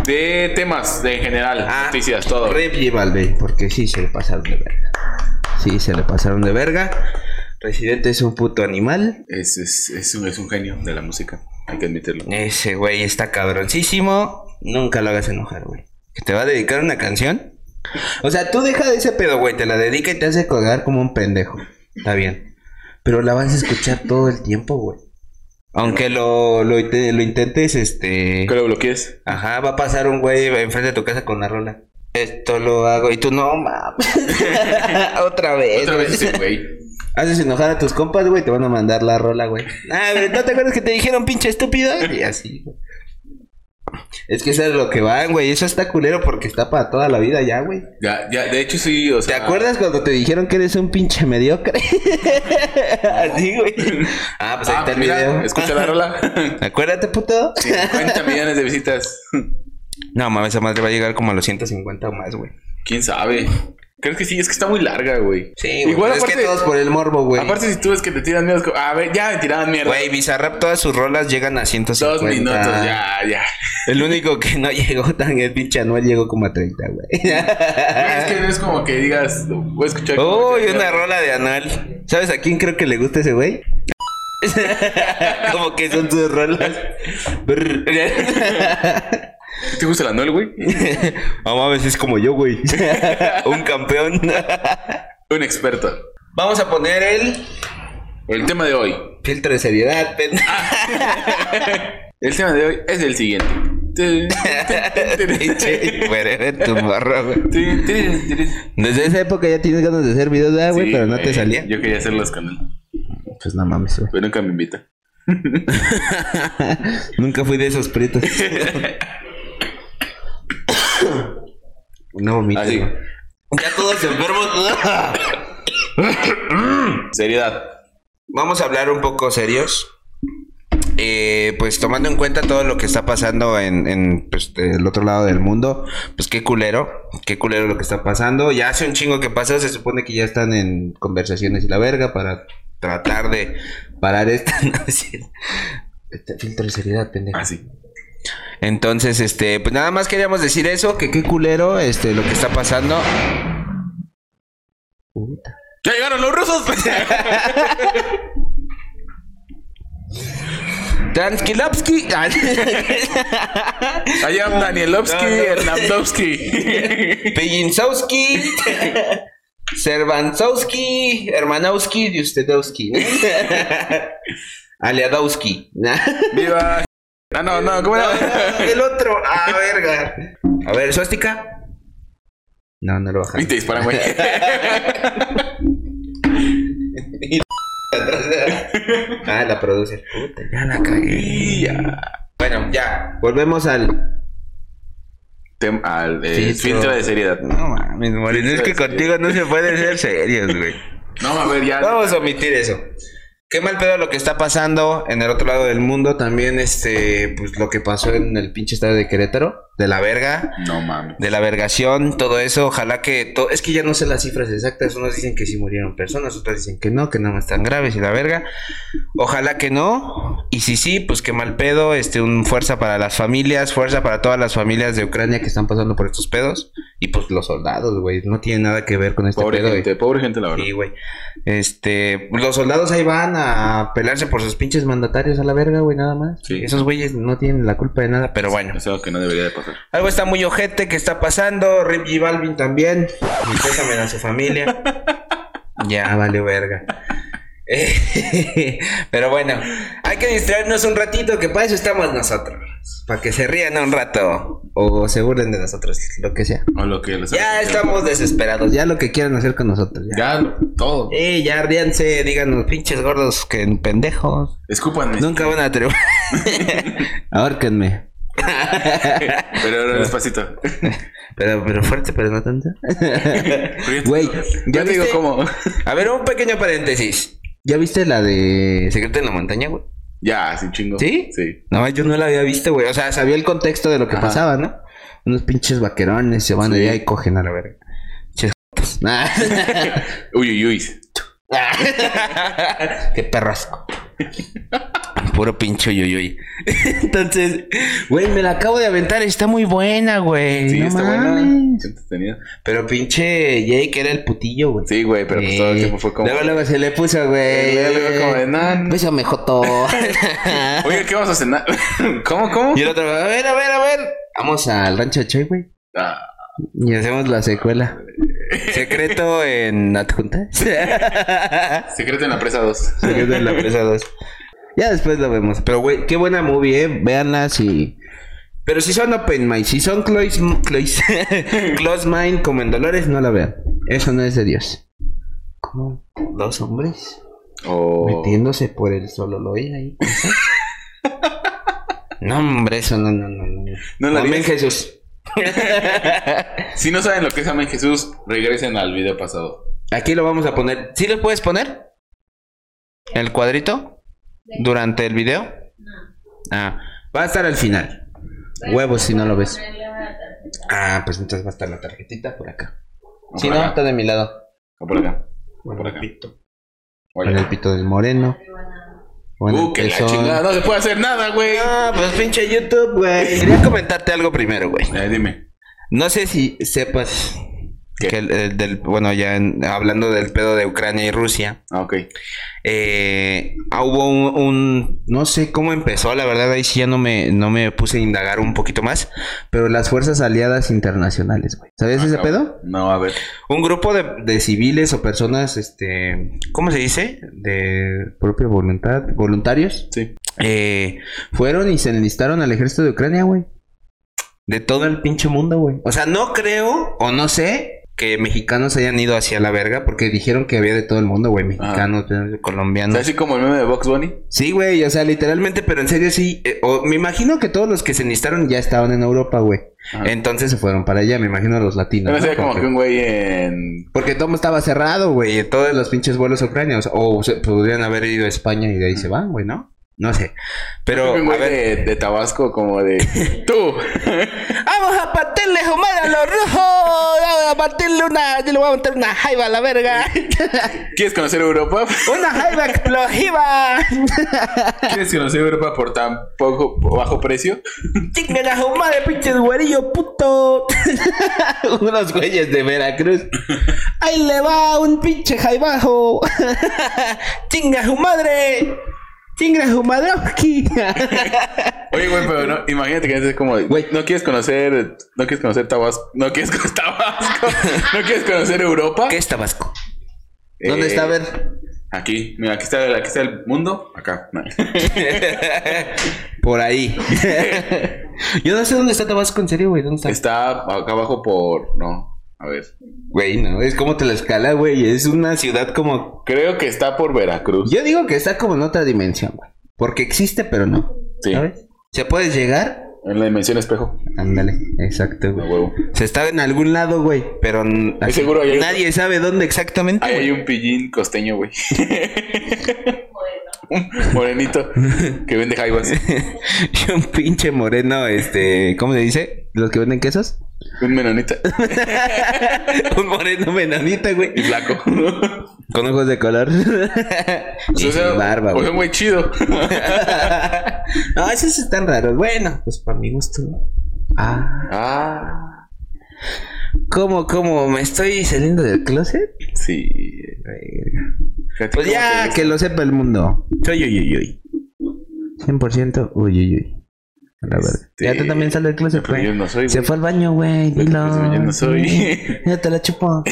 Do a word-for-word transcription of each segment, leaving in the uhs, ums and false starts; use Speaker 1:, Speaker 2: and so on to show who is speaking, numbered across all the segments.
Speaker 1: De temas, de en general,
Speaker 2: Ah,
Speaker 1: noticias, todo.
Speaker 2: Rip J Balvin, porque sí se le pasaron de verga. Sí, se le pasaron de verga. Residente es un puto animal.
Speaker 1: Es, es, es, un, es un genio de la música, hay que admitirlo.
Speaker 2: Ese güey está cabroncísimo. Nunca lo hagas enojar, güey. Que te va a dedicar una canción. O sea, tú deja de ese pedo, güey. Te la dedica y te hace colgar como un pendejo. Está bien. Pero la vas a escuchar todo el tiempo, güey. Aunque lo, lo, inte- lo intentes, este...
Speaker 1: ¿Que lo bloquees?
Speaker 2: Ajá, va a pasar un güey enfrente de tu casa con la rola. Esto lo hago. Y tú, no, mames. Otra vez,
Speaker 1: Otra
Speaker 2: güey.
Speaker 1: vez ese güey.
Speaker 2: Haces enojar a tus compas, güey, te van a mandar la rola, güey. Ah, güey, ¿no te acuerdas que te dijeron pinche estúpido? Y así, güey. Es que eso es lo que van, güey. Eso está culero porque está para toda la vida ya, güey.
Speaker 1: Ya, ya, de hecho sí, o sea...
Speaker 2: ¿Te acuerdas cuando te dijeron que eres un pinche mediocre? Así, güey. Ah, pues ahí
Speaker 1: Ah,
Speaker 2: está el
Speaker 1: mira,
Speaker 2: video.
Speaker 1: escucha la rola.
Speaker 2: Acuérdate, puto.
Speaker 1: cincuenta millones de visitas.
Speaker 2: No, mames, esa madre va a llegar como a los ciento cincuenta o más, güey.
Speaker 1: ¿Quién sabe? Creo que sí, es que está muy larga, güey.
Speaker 2: Sí, güey.
Speaker 1: Igual
Speaker 2: Pero
Speaker 1: aparte,
Speaker 2: es que todos por el morbo, güey.
Speaker 1: aparte si tú ves que te tiran miedo, a ver, ya me tiraban mierda.
Speaker 2: Güey, Bizarrap, todas sus rolas llegan a ciento cincuenta.
Speaker 1: Dos minutos, ya, ya.
Speaker 2: El único que no llegó tan el pinche Anuel llegó como a treinta, güey.
Speaker 1: Güey, es que no es como que digas, voy a escuchar... como
Speaker 2: Uy,
Speaker 1: que-
Speaker 2: una rola de Anuel. ¿Sabes a quién creo que le gusta ese güey? Como que son sus rolas. Brr.
Speaker 1: ¿Te gusta la Anuel, güey?
Speaker 2: Vamos a ver si es como yo, güey. Un campeón.
Speaker 1: Un experto.
Speaker 2: Vamos a poner el
Speaker 1: El tema de hoy.
Speaker 2: filtro de seriedad, pendejo.
Speaker 1: El tema de hoy es el siguiente.
Speaker 2: Pinche güey, tu morro, güey. Desde esa época ya tienes ganas de hacer videos, ¿verdad, güey?
Speaker 1: Sí,
Speaker 2: Pero no te
Speaker 1: güey,
Speaker 2: salía.
Speaker 1: Yo quería hacerlos con él,
Speaker 2: Pues no mames, güey.
Speaker 1: pero nunca me invita.
Speaker 2: Nunca fui de esos prietos. No vomites,
Speaker 1: Así.
Speaker 2: güey. Ya todos enfermos.
Speaker 1: Seriedad.
Speaker 2: Vamos a hablar un poco serios. Eh, pues tomando en cuenta todo lo que está pasando en, en pues, el otro lado del mundo, pues qué culero, qué culero lo que está pasando. Ya hace un chingo que pasó, se supone que ya están en conversaciones y la verga para tratar de parar esta, no, sí, este filtro de seriedad, pendejo.
Speaker 1: Así.
Speaker 2: Entonces, este, pues nada más queríamos decir eso, que qué culero, este, lo que está pasando. Puta.
Speaker 1: ¡Ya llegaron los rusos!
Speaker 2: Transkilovsky.
Speaker 1: I am Danielovsky,
Speaker 2: No, no.
Speaker 1: Hernandowski.
Speaker 2: Pejinsowski. Servanzowski. Hermanowski. Diustedowski. Aliadowski.
Speaker 1: ¡Viva! Ah, no, no, ¿cómo era?
Speaker 2: El otro. Ah, verga. A ver, ¿suástica? No, no lo baja.
Speaker 1: Y te disparan, güey.
Speaker 2: Ah, la produce. Puta, ya la cagué.
Speaker 1: Ya.
Speaker 2: Bueno, ya. Volvemos al.
Speaker 1: Tem- al eh,
Speaker 2: Filtro.
Speaker 1: filtro de seriedad.
Speaker 2: No mames, Morín. Es que contigo no se puede ser serios, güey.
Speaker 1: No, a ver, ya.
Speaker 2: Vamos a omitir eso. Qué mal pedo lo que está pasando en el otro lado del mundo. También, este, pues lo que pasó en el pinche estadio de Querétaro. De la verga.
Speaker 1: No mames.
Speaker 2: De la vergación, todo eso. Ojalá que. To es que ya no sé las cifras exactas. Unos dicen que sí murieron personas, otros dicen que no, que nada más están graves y la verga. Ojalá que no. Y si sí, pues qué mal pedo. Este, un fuerza para las familias, fuerza para todas las familias de Ucrania que están pasando por estos pedos. Y pues los soldados, güey. No tienen nada que ver con este
Speaker 1: Pobre
Speaker 2: pedo.
Speaker 1: gente,
Speaker 2: y-
Speaker 1: pobre gente, la verdad.
Speaker 2: Sí, güey. Este, los soldados ahí van a pelearse por sus pinches mandatarios a la verga, güey, nada más.
Speaker 1: Sí.
Speaker 2: Esos güeyes no tienen la culpa de nada, pero bueno.
Speaker 1: Es algo que no debería de pasar.
Speaker 2: Algo está muy ojete que está pasando. Rip J Balvin también. Y pésame a su familia. Ya, vale verga. Eh, pero bueno, hay que distraernos un ratito, que para eso estamos nosotros. Para que se rían un rato. O se burlen de nosotros, lo que sea.
Speaker 1: O lo que les
Speaker 2: Ya estamos desesperados. Ya lo que quieran hacer con nosotros. Ya.
Speaker 1: Ya, lo- todo.
Speaker 2: Eh, ya ríanse, díganos, pinches gordos, que pendejos.
Speaker 1: Escúpanme.
Speaker 2: Nunca van a atrever. Ahórquenme.
Speaker 1: Pero despacito.
Speaker 2: Pero, pero fuerte, pero no tanto.
Speaker 1: Pero yo te-
Speaker 2: Güey,
Speaker 1: ya
Speaker 2: ¿ya
Speaker 1: te digo
Speaker 2: viste?
Speaker 1: cómo.
Speaker 2: A ver, un pequeño paréntesis. ¿Ya viste la de Secreto en la Montaña, güey?
Speaker 1: Ya, sin chingo.
Speaker 2: ¿Sí?
Speaker 1: Sí.
Speaker 2: No, yo no la había visto, güey. O sea, sabía el contexto de lo que
Speaker 1: Ajá.
Speaker 2: pasaba, ¿no? Unos pinches vaquerones se van
Speaker 1: Sí.
Speaker 2: allá y cogen a la verga. Pinches jotos. Nah.
Speaker 1: Uy, uy, uy.
Speaker 2: Qué perrasco. puro pincho yoyoy. Entonces, güey, me la acabo de aventar. Está muy buena, güey.
Speaker 1: Sí,
Speaker 2: no
Speaker 1: está
Speaker 2: mames.
Speaker 1: buena. Entretenida.
Speaker 2: Pero pinche Jake era el putillo, güey.
Speaker 1: Sí, güey, pero pues todo el tiempo fue como...
Speaker 2: Luego, luego se le puso, güey.
Speaker 1: Luego, luego como de, no.
Speaker 2: Bésame, joto.
Speaker 1: Oye, ¿qué vamos a cenar? ¿Cómo, cómo?
Speaker 2: Y el otro, a ver, a ver, a ver. Vamos al rancho de Choy, güey.
Speaker 1: Ah.
Speaker 2: Y hacemos la secuela. Secreto en Adjunta.
Speaker 1: Secreto en la presa dos.
Speaker 2: Secreto en la presa dos. Ya después lo vemos. Pero, güey, qué buena movie, eh. Véanla si... Pero si son open mind, si son close, close, close mind como en Dolores, no la vean. Eso no es de Dios. ¿Cómo? ¿Dos hombres?
Speaker 1: Oh.
Speaker 2: Metiéndose por el sololoy ahí. No, hombre, eso no, no, no. No,
Speaker 1: No la
Speaker 2: Amén,
Speaker 1: digas.
Speaker 2: Jesús.
Speaker 1: Si no saben lo que es Amén Jesús, regresen al video pasado.
Speaker 2: Aquí lo vamos a poner. ¿Sí lo puedes poner? ¿El cuadrito? ¿Durante el video?
Speaker 3: No.
Speaker 2: Ah, va a estar al final. Huevos si no lo ves.
Speaker 3: Ponerle una tarjeta.
Speaker 2: Ah, pues entonces va a estar la tarjetita por acá.
Speaker 1: O
Speaker 2: Si
Speaker 1: por
Speaker 2: no,
Speaker 1: acá.
Speaker 2: está de mi lado.
Speaker 1: O por acá. O
Speaker 2: Con
Speaker 1: por
Speaker 2: el
Speaker 1: acá.
Speaker 2: pito.
Speaker 1: O
Speaker 2: Con el
Speaker 1: allá.
Speaker 2: pito del moreno.
Speaker 3: Arriba nada.
Speaker 2: O en el
Speaker 1: Uh, que la
Speaker 2: pezón.
Speaker 1: chingada. No se puede hacer nada, güey.
Speaker 2: Ah, pues pinche YouTube, güey. Quería comentarte algo primero, güey.
Speaker 1: Eh, dime.
Speaker 2: No sé si sepas
Speaker 1: ¿Qué?
Speaker 2: que el, el del, bueno, ya en- hablando del pedo de Ucrania y Rusia,
Speaker 1: Ah, ok.
Speaker 2: eh, ah, hubo un, un- no sé cómo empezó, la verdad ahí sí ya no me, no me puse a indagar un poquito más, pero las fuerzas aliadas internacionales, güey. ¿Sabías
Speaker 1: Ah,
Speaker 2: ese
Speaker 1: cabrón.
Speaker 2: pedo?
Speaker 1: No, a ver.
Speaker 2: Un grupo de, de civiles o personas, este, ¿cómo se dice? De propia voluntad, voluntarios,
Speaker 1: Sí.
Speaker 2: eh, fueron y se enlistaron al ejército de Ucrania, güey. De todo el pinche mundo, güey. O sea, no creo o no sé que mexicanos hayan ido hacia la verga porque dijeron que había de todo el mundo, güey. Mexicanos, colombianos.
Speaker 1: ¿Sabes así como el meme de Box Bunny?
Speaker 2: Sí, güey, o sea, literalmente, pero en serio sí. eh, o, me imagino que todos los que se enlistaron ya estaban en Europa, güey.
Speaker 1: Ajá.
Speaker 2: Entonces se fueron para allá, me imagino los latinos.
Speaker 1: No
Speaker 2: ¿no?
Speaker 1: sé, como
Speaker 2: Porque-
Speaker 1: que un güey en...
Speaker 2: Porque todo estaba cerrado, güey. y Todos los pinches vuelos ucranianos. O se podrían haber ido a España y de ahí se van, güey, ¿no? No sé. Pero,
Speaker 1: un
Speaker 2: a
Speaker 1: güey
Speaker 2: ver.
Speaker 1: de, de Tabasco como de... ¡Tú!
Speaker 2: Vamos a partirle jumar a los rojos. Vamos a partirle una. Yo le voy a meter una jaiba a la verga.
Speaker 1: ¿Quieres conocer Europa?
Speaker 2: Una jaiba explosiva.
Speaker 1: ¿Quieres conocer Europa por tan poco bajo precio?
Speaker 2: Chingan a su madre, pinches güerillo puto. Unos güeyes de Veracruz. Ahí le va un pinche jaibajo. Chinga a su madre. Chinga a su madroski.
Speaker 1: Oye, güey, pero no, imagínate que es como,
Speaker 2: Güey.
Speaker 1: güey, no quieres conocer, no quieres conocer Tabasco, no quieres conocer Tabasco, no quieres conocer Europa.
Speaker 2: ¿Qué es Tabasco? ¿Dónde
Speaker 1: Eh,
Speaker 2: está? A ver.
Speaker 1: Aquí, mira, aquí está, aquí está el mundo, acá. No.
Speaker 2: Por ahí. Yo no sé dónde está Tabasco, en serio, güey. ¿Dónde está?
Speaker 1: Está acá abajo por, no, a ver,
Speaker 2: Güey, no, es como Tlaxcala, güey. Es una ciudad como.
Speaker 1: creo que está por Veracruz.
Speaker 2: Yo digo que está como en otra dimensión, güey. Porque existe, pero no.
Speaker 1: Sí.
Speaker 2: ¿Sabes? ¿Se puede llegar?
Speaker 1: En la dimensión espejo.
Speaker 2: Ándale, exacto,
Speaker 1: A
Speaker 2: güey.
Speaker 1: huevo.
Speaker 2: Se está en algún lado, güey. Pero n- así,
Speaker 1: seguro hay-
Speaker 2: nadie sabe dónde exactamente.
Speaker 1: Ahí
Speaker 2: güey.
Speaker 1: hay un pillín costeño, güey.
Speaker 3: Bueno.
Speaker 1: Un morenito que vende jaibas.
Speaker 2: Y un pinche moreno, este. ¿Cómo se dice? ¿Los que venden quesos?
Speaker 1: Un menonita.
Speaker 2: Un moreno menonita, güey.
Speaker 1: Y flaco.
Speaker 2: Con ojos de color. Y
Speaker 1: O sea,
Speaker 2: sin barba,
Speaker 1: o sea,
Speaker 2: güey.
Speaker 1: muy chido.
Speaker 2: No, esos están raros. Bueno, pues para mi gusto. Ah.
Speaker 1: Ah,
Speaker 2: ¿Cómo, cómo? ¿Me estoy saliendo del closet?
Speaker 1: sí. Fíjate
Speaker 2: Pues
Speaker 1: cómo
Speaker 2: ya,
Speaker 1: te
Speaker 2: que lo sepa el mundo. Soy uy, uy, uy. cien por ciento uy, uy, uy. A la verdad.
Speaker 1: Este,
Speaker 2: Ya tú también sales del closet,
Speaker 1: pero yo
Speaker 2: güey.
Speaker 1: no soy,
Speaker 2: Se
Speaker 1: güey.
Speaker 2: fue al baño, güey. Dilo.
Speaker 1: Pues yo no soy.
Speaker 2: Ya te la chupo.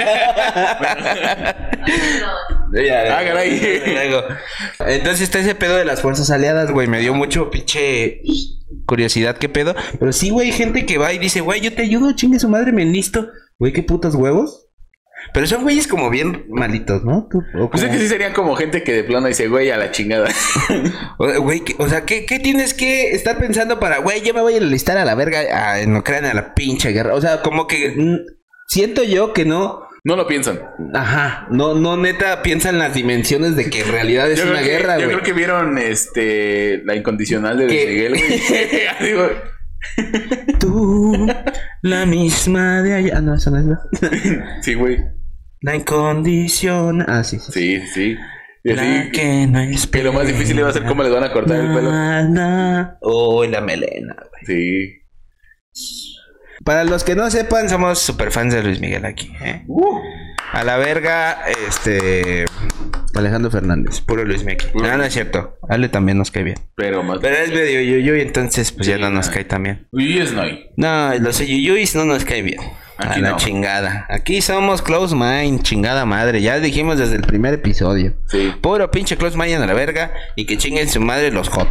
Speaker 1: Ah, caray.
Speaker 2: Luego. Entonces está ese pedo de las fuerzas aliadas, güey. Me dio mucho pinche curiosidad, qué pedo. Pero sí, güey, gente que va y dice, güey, yo te ayudo, chingue su madre, me enlisto. Güey, qué putos huevos. Pero son güeyes como bien malitos, ¿no? ¿Tú, o
Speaker 1: Pues es
Speaker 2: cómo?
Speaker 1: que sí serían como gente que de plano dice, güey, a la chingada.
Speaker 2: O, güey, ¿qué- o sea, ¿qué, ¿qué tienes que estar pensando para, güey, yo me voy a enlistar a la verga a- en Ucrania a la pinche guerra? O sea, como que mm, siento yo que no.
Speaker 1: No lo piensan.
Speaker 2: Ajá, no, no neta piensan las dimensiones de que en realidad es
Speaker 1: Yo
Speaker 2: una
Speaker 1: creo que-
Speaker 2: guerra,
Speaker 1: Yo
Speaker 2: güey.
Speaker 1: creo que vieron este la incondicional de
Speaker 2: ¿Qué?
Speaker 1: Luis Miguel, güey. Así, güey.
Speaker 2: Tú, la misma de allá. Ah, no, eso no es. ¿no?
Speaker 1: Sí, güey.
Speaker 2: La incondición. Ah, sí, sí.
Speaker 1: Sí, sí. Y así,
Speaker 2: La que no es
Speaker 1: que lo más difícil iba a ser cómo les van a cortar el pelo.
Speaker 2: Nada. Oh, la melena, güey.
Speaker 1: Sí.
Speaker 2: Para los que no sepan, somos super fans de Luis Miguel aquí, ¿eh?
Speaker 1: Uh.
Speaker 2: A la verga, este... Alejandro Fernández, puro Luis Miguel.
Speaker 1: Puro.
Speaker 2: No, no es cierto. Ale también nos cae bien.
Speaker 1: Pero más.
Speaker 2: Pero es medio yuyuy, entonces pues
Speaker 1: Sí,
Speaker 2: ya no nos
Speaker 1: no.
Speaker 2: cae tan bien.
Speaker 1: Uy, es no hay.
Speaker 2: No, los yuyuys no nos cae bien.
Speaker 1: Aquí
Speaker 2: a la
Speaker 1: no.
Speaker 2: chingada. Aquí somos close mind, chingada madre. Ya dijimos desde el primer episodio.
Speaker 1: Sí.
Speaker 2: Puro pinche close mind a la verga y que chinguen su madre los hot.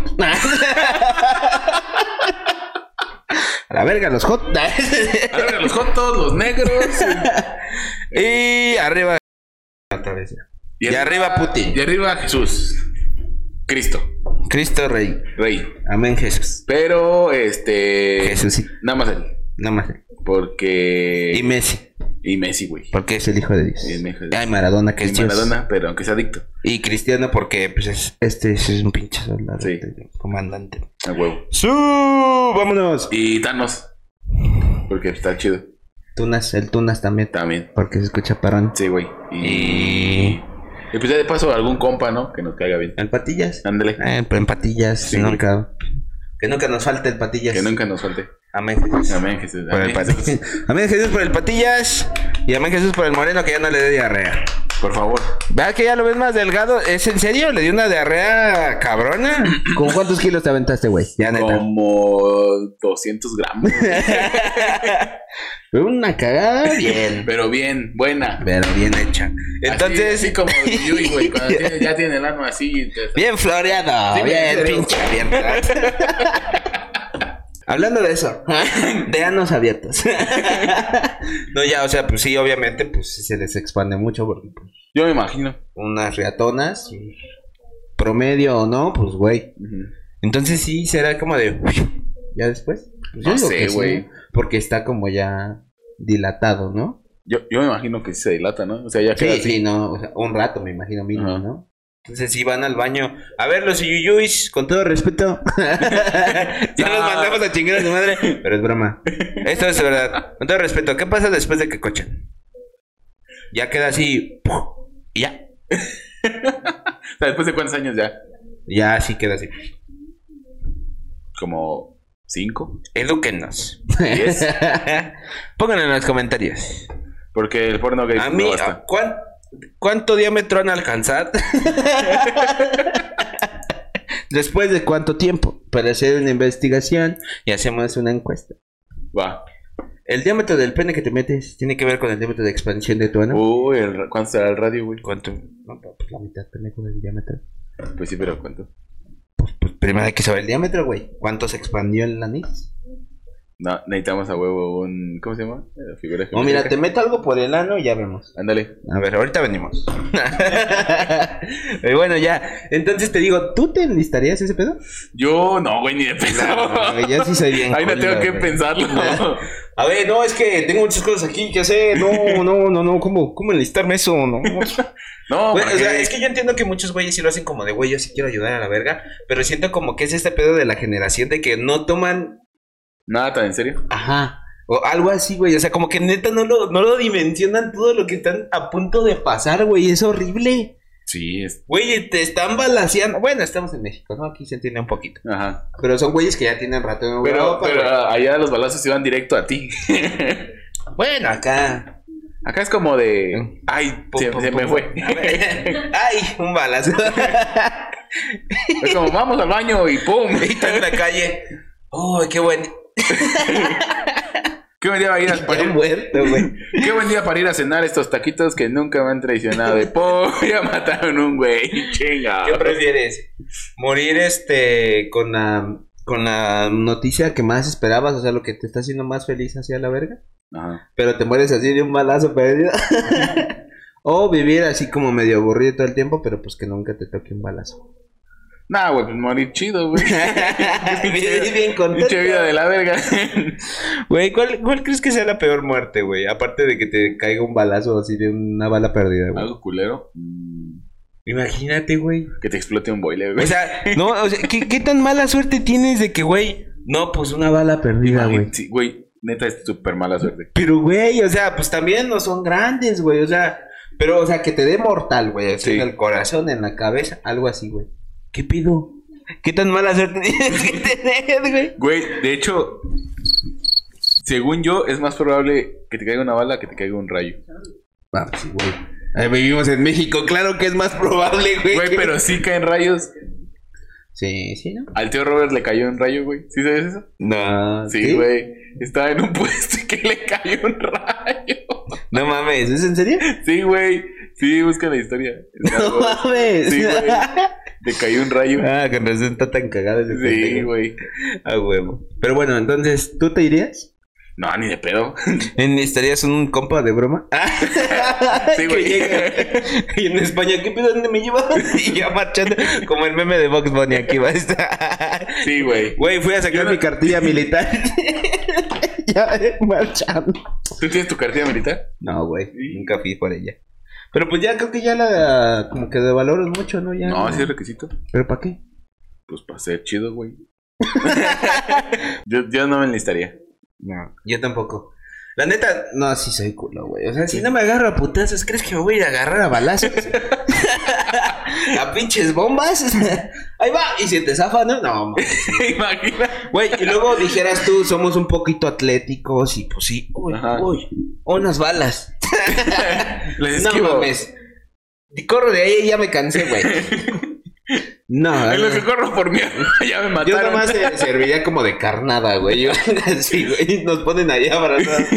Speaker 2: A la verga los hot.
Speaker 1: Ahora los jotos, los negros.
Speaker 2: Y arriba otra vez ya. Y, arriba Putin.
Speaker 1: Y arriba Jesús. Cristo.
Speaker 2: Cristo Rey.
Speaker 1: Rey.
Speaker 2: Amén Jesús.
Speaker 1: Pero, este.
Speaker 2: Jesús sí.
Speaker 1: Nada más él.
Speaker 2: Nada más.
Speaker 1: Porque.
Speaker 2: Y Messi.
Speaker 1: Y Messi, güey.
Speaker 2: Porque es el hijo de Dios.
Speaker 1: Sí, el hijo de Dios.
Speaker 2: Ay, Maradona, que
Speaker 1: Y
Speaker 2: es Dios.
Speaker 1: Maradona, pero aunque sea adicto.
Speaker 2: Y Cristiano porque pues es, este es un pinche soldado.
Speaker 1: Sí.
Speaker 2: Este, comandante.
Speaker 1: A huevo.
Speaker 2: ¡Su! ¡Vámonos!
Speaker 1: Y Thanos. Porque está chido.
Speaker 2: Tunas, el Tunas también.
Speaker 1: También.
Speaker 2: Porque se escucha parón.
Speaker 1: Sí, güey. Y.
Speaker 2: Y...
Speaker 1: Y pues ya de paso algún compa, ¿no? Que nos caiga bien.
Speaker 2: ¿En patillas?
Speaker 1: Ándale.
Speaker 2: Eh, en patillas.
Speaker 1: Sí.
Speaker 2: Nunca... Que nunca nos falte el patillas.
Speaker 1: Que nunca nos falte.
Speaker 2: Amén Jesús.
Speaker 1: Amén, Jesús.
Speaker 2: Por el
Speaker 1: Amén,
Speaker 2: patillas.
Speaker 1: Jesús.
Speaker 2: Amén Jesús por el patillas. Y amén Jesús por el moreno que ya no le dé diarrea.
Speaker 1: Por favor.
Speaker 2: ¿Verdad que ya lo ves más delgado? ¿Es en serio? ¿Le dio una diarrea cabrona? ¿Con cuántos kilos te aventaste, güey? Ya neta.
Speaker 1: Como doscientos gramos.
Speaker 2: Fue una cagada bien.
Speaker 1: Pero bien, buena.
Speaker 2: Pero bien hecha. Entonces...
Speaker 1: Así, así como Yui, güey. Cuando tiene- ya tiene el ano así. te-
Speaker 2: Bien floreado.
Speaker 1: Sí,
Speaker 2: bien
Speaker 1: bien.
Speaker 2: pinche abierto. Hablando de eso, de anos abiertos. No, ya, o sea, pues sí, obviamente, pues sí se les expande mucho porque pues,
Speaker 1: Yo me imagino.
Speaker 2: unas riatonas, promedio o no, pues güey.
Speaker 1: Ujú.
Speaker 2: Entonces sí, será como de... ¿Ya después? Pues yo
Speaker 1: No
Speaker 2: digo
Speaker 1: sé,
Speaker 2: que sí,
Speaker 1: güey.
Speaker 2: porque está como ya dilatado, ¿no?
Speaker 1: Yo, yo me imagino que sí se dilata, ¿no? O sea, ya
Speaker 2: Sí,
Speaker 1: queda así.
Speaker 2: sí, no, o sea, un rato me imagino mínimo,
Speaker 1: Ajá.
Speaker 2: ¿no? Entonces si van al baño, a ver los yuyuis, con todo respeto. Ya nos mandamos a chingar a su madre, pero es broma. Esto es verdad. Con todo respeto, ¿qué pasa después de que cochan? Ya queda así, ¡puf! Y ya.
Speaker 1: O sea, después de cuántos años ya.
Speaker 2: Ya así queda así.
Speaker 1: Como cinco.
Speaker 2: Edúquennos.
Speaker 1: Diez.
Speaker 2: Pónganlo en los comentarios.
Speaker 1: Porque el porno gay
Speaker 2: A
Speaker 1: no
Speaker 2: mí,
Speaker 1: basta.
Speaker 2: ¿cuán- ¿cuánto diámetro han alcanzado? ¿Después de cuánto tiempo? Para hacer una investigación y hacemos una encuesta.
Speaker 1: Va.
Speaker 2: El diámetro del pene que te metes tiene que ver con el diámetro de expansión de tu ano.
Speaker 1: Uy, el- ¿cuánto será el radio, güey?
Speaker 2: ¿Cuánto? No, pues la mitad pendejo del diámetro.
Speaker 1: Pues sí, pero ¿cuánto?
Speaker 2: Pues, pues primero hay que saber el diámetro, güey. ¿Cuánto se expandió el anís?
Speaker 1: No, necesitamos a huevo un... ¿Cómo se llama? Eh, Figura
Speaker 2: No, mira,
Speaker 1: geométrica.
Speaker 2: te meto algo por el ano y ya vemos.
Speaker 1: Ándale.
Speaker 2: A ver, ahorita venimos. Pero bueno, ya. Entonces te digo, ¿tú te enlistarías ese pedo?
Speaker 1: Yo no, güey, ni de pensar.
Speaker 2: No, yo sí soy bien.
Speaker 1: Ahí no
Speaker 2: culo,
Speaker 1: tengo que
Speaker 2: güey.
Speaker 1: pensarlo.
Speaker 2: A ver, no, es que tengo muchas cosas aquí que hacer. No, no, no, no. ¿Cómo, cómo enlistarme eso? No.
Speaker 1: No,
Speaker 2: Güey,
Speaker 1: porque...
Speaker 2: o sea, es que yo entiendo que muchos güeyes sí lo hacen como de, güey, yo sí quiero ayudar a la verga. Pero siento como que es este pedo de la generación de que no toman.
Speaker 1: Nada tan en serio.
Speaker 2: Ajá. O algo así, güey. O sea, como que neta no lo, no lo dimensionan todo lo que están a punto de pasar, güey. Es horrible.
Speaker 1: Sí, es...
Speaker 2: Güey, te están balaseando. Bueno, estamos en México, ¿no? Aquí se entiende un poquito.
Speaker 1: Ajá.
Speaker 2: Pero son güeyes que ya tienen rato en
Speaker 1: Pero,
Speaker 2: Europa,
Speaker 1: pero
Speaker 2: güey.
Speaker 1: allá los balazos iban directo a ti.
Speaker 2: Bueno, acá.
Speaker 1: Acá es como de... Ay,
Speaker 2: Pum,
Speaker 1: se,
Speaker 2: pum,
Speaker 1: se
Speaker 2: pum,
Speaker 1: me
Speaker 2: pum.
Speaker 1: fue.
Speaker 2: Ay, un balazo.
Speaker 1: Es como, vamos al baño y ¡pum!
Speaker 2: Y está en la calle. Oh, qué buen.
Speaker 1: Qué buen día para ir a, para
Speaker 2: Ya
Speaker 1: ir-
Speaker 2: muerto, güey.
Speaker 1: Qué buen día para ir a cenar estos taquitos que nunca me han traicionado. De po, ya mataron un güey. Chinga.
Speaker 2: ¿Qué prefieres? ¿Morir este con la con la noticia que más esperabas? O sea, lo que te está haciendo más feliz hacia la verga.
Speaker 1: Ajá.
Speaker 2: Pero te mueres así de un balazo perdido. O vivir así como medio aburrido todo el tiempo, pero pues que nunca te toque un balazo.
Speaker 1: Nah, güey, pues morir chido, güey.
Speaker 2: Vivir bien contento.
Speaker 1: Pinche vida de la verga.
Speaker 2: Güey, ¿cuál, ¿cuál crees que sea la peor muerte, güey? Aparte de que te caiga un balazo así de una bala perdida, güey.
Speaker 1: Algo culero. Mm,
Speaker 2: Imagínate, güey.
Speaker 1: Que te explote un boiler, güey.
Speaker 2: O sea, no, o sea, ¿qué, qué tan mala suerte tienes de que, güey? No, pues una bala perdida, güey.
Speaker 1: Sí, güey, neta es súper mala suerte.
Speaker 2: Pero, güey, o sea, pues también no son grandes, güey. O sea, Pero, o sea, que te dé mortal, güey. Así
Speaker 1: Sí.
Speaker 2: en el corazón, en la cabeza, algo así, güey. ¿Qué pido? ¿Qué tan mala suerte tienes que tener, güey?
Speaker 1: Güey, de hecho, según yo, es más probable que te caiga una bala que te caiga un rayo.
Speaker 2: Ah, pues sí, güey. Ahí vivimos en México, claro que es más probable, güey.
Speaker 1: Güey,
Speaker 2: que-
Speaker 1: pero sí caen rayos.
Speaker 2: Sí, sí, ¿no?
Speaker 1: Al tío Robert le cayó un rayo, güey. ¿Sí sabes eso?
Speaker 2: No.
Speaker 1: Sí, güey. Estaba en un puesto y que le cayó un rayo.
Speaker 2: No mames, ¿es en serio?
Speaker 1: Sí, güey. Sí, busca la historia. Es
Speaker 2: No
Speaker 1: algo-
Speaker 2: mames.
Speaker 1: Sí, güey. Le cayó un rayo.
Speaker 2: Ah, con razón está tan cagado ese
Speaker 1: Sí,
Speaker 2: pendejo.
Speaker 1: güey.
Speaker 2: Ah, huevo. Pero bueno, entonces, ¿tú te irías?
Speaker 1: No, ni de pedo.
Speaker 2: ¿En estarías un compa de broma?
Speaker 1: Sí,
Speaker 2: Que
Speaker 1: güey.
Speaker 2: llega. Y en España, ¿qué pedo? ¿Dónde me llevas? Y ya marchando, como el meme de Box Bunny, aquí va a estar.
Speaker 1: Sí, güey.
Speaker 2: Güey, fui a sacar
Speaker 1: Yo no-
Speaker 2: mi cartilla militar. Ya, eh, marchando.
Speaker 1: ¿Tú tienes tu cartilla militar?
Speaker 2: No, güey, nunca fui por ella. Pero pues ya creo que ya la, como que de valor es mucho, ¿no? Ya,
Speaker 1: No, sí es requisito.
Speaker 2: ¿Pero para qué?
Speaker 1: Pues para ser chido, güey. yo, yo no me enlistaría.
Speaker 2: No, yo tampoco. La neta, no, sí soy culo, güey. O sea, si no me agarro a putazos, ¿crees que me voy a ir a agarrar a balazos? A pinches bombas. Ahí va, y si te zafa, ¿no? No, mames.
Speaker 1: Imagina.
Speaker 2: Güey, y luego dijeras tú, somos un poquito atléticos y pues sí, uy,
Speaker 1: Ajá.
Speaker 2: uy, unas balas.
Speaker 1: Les
Speaker 2: No
Speaker 1: esquivo.
Speaker 2: mames. Y corro de ahí y ya me cansé, güey. No,
Speaker 1: En lo que corro por mí, ya me
Speaker 2: yo
Speaker 1: mataron.
Speaker 2: nomás eh, serviría como de carnada, güey. Yo, así, güey, nos ponen ahí abrazados.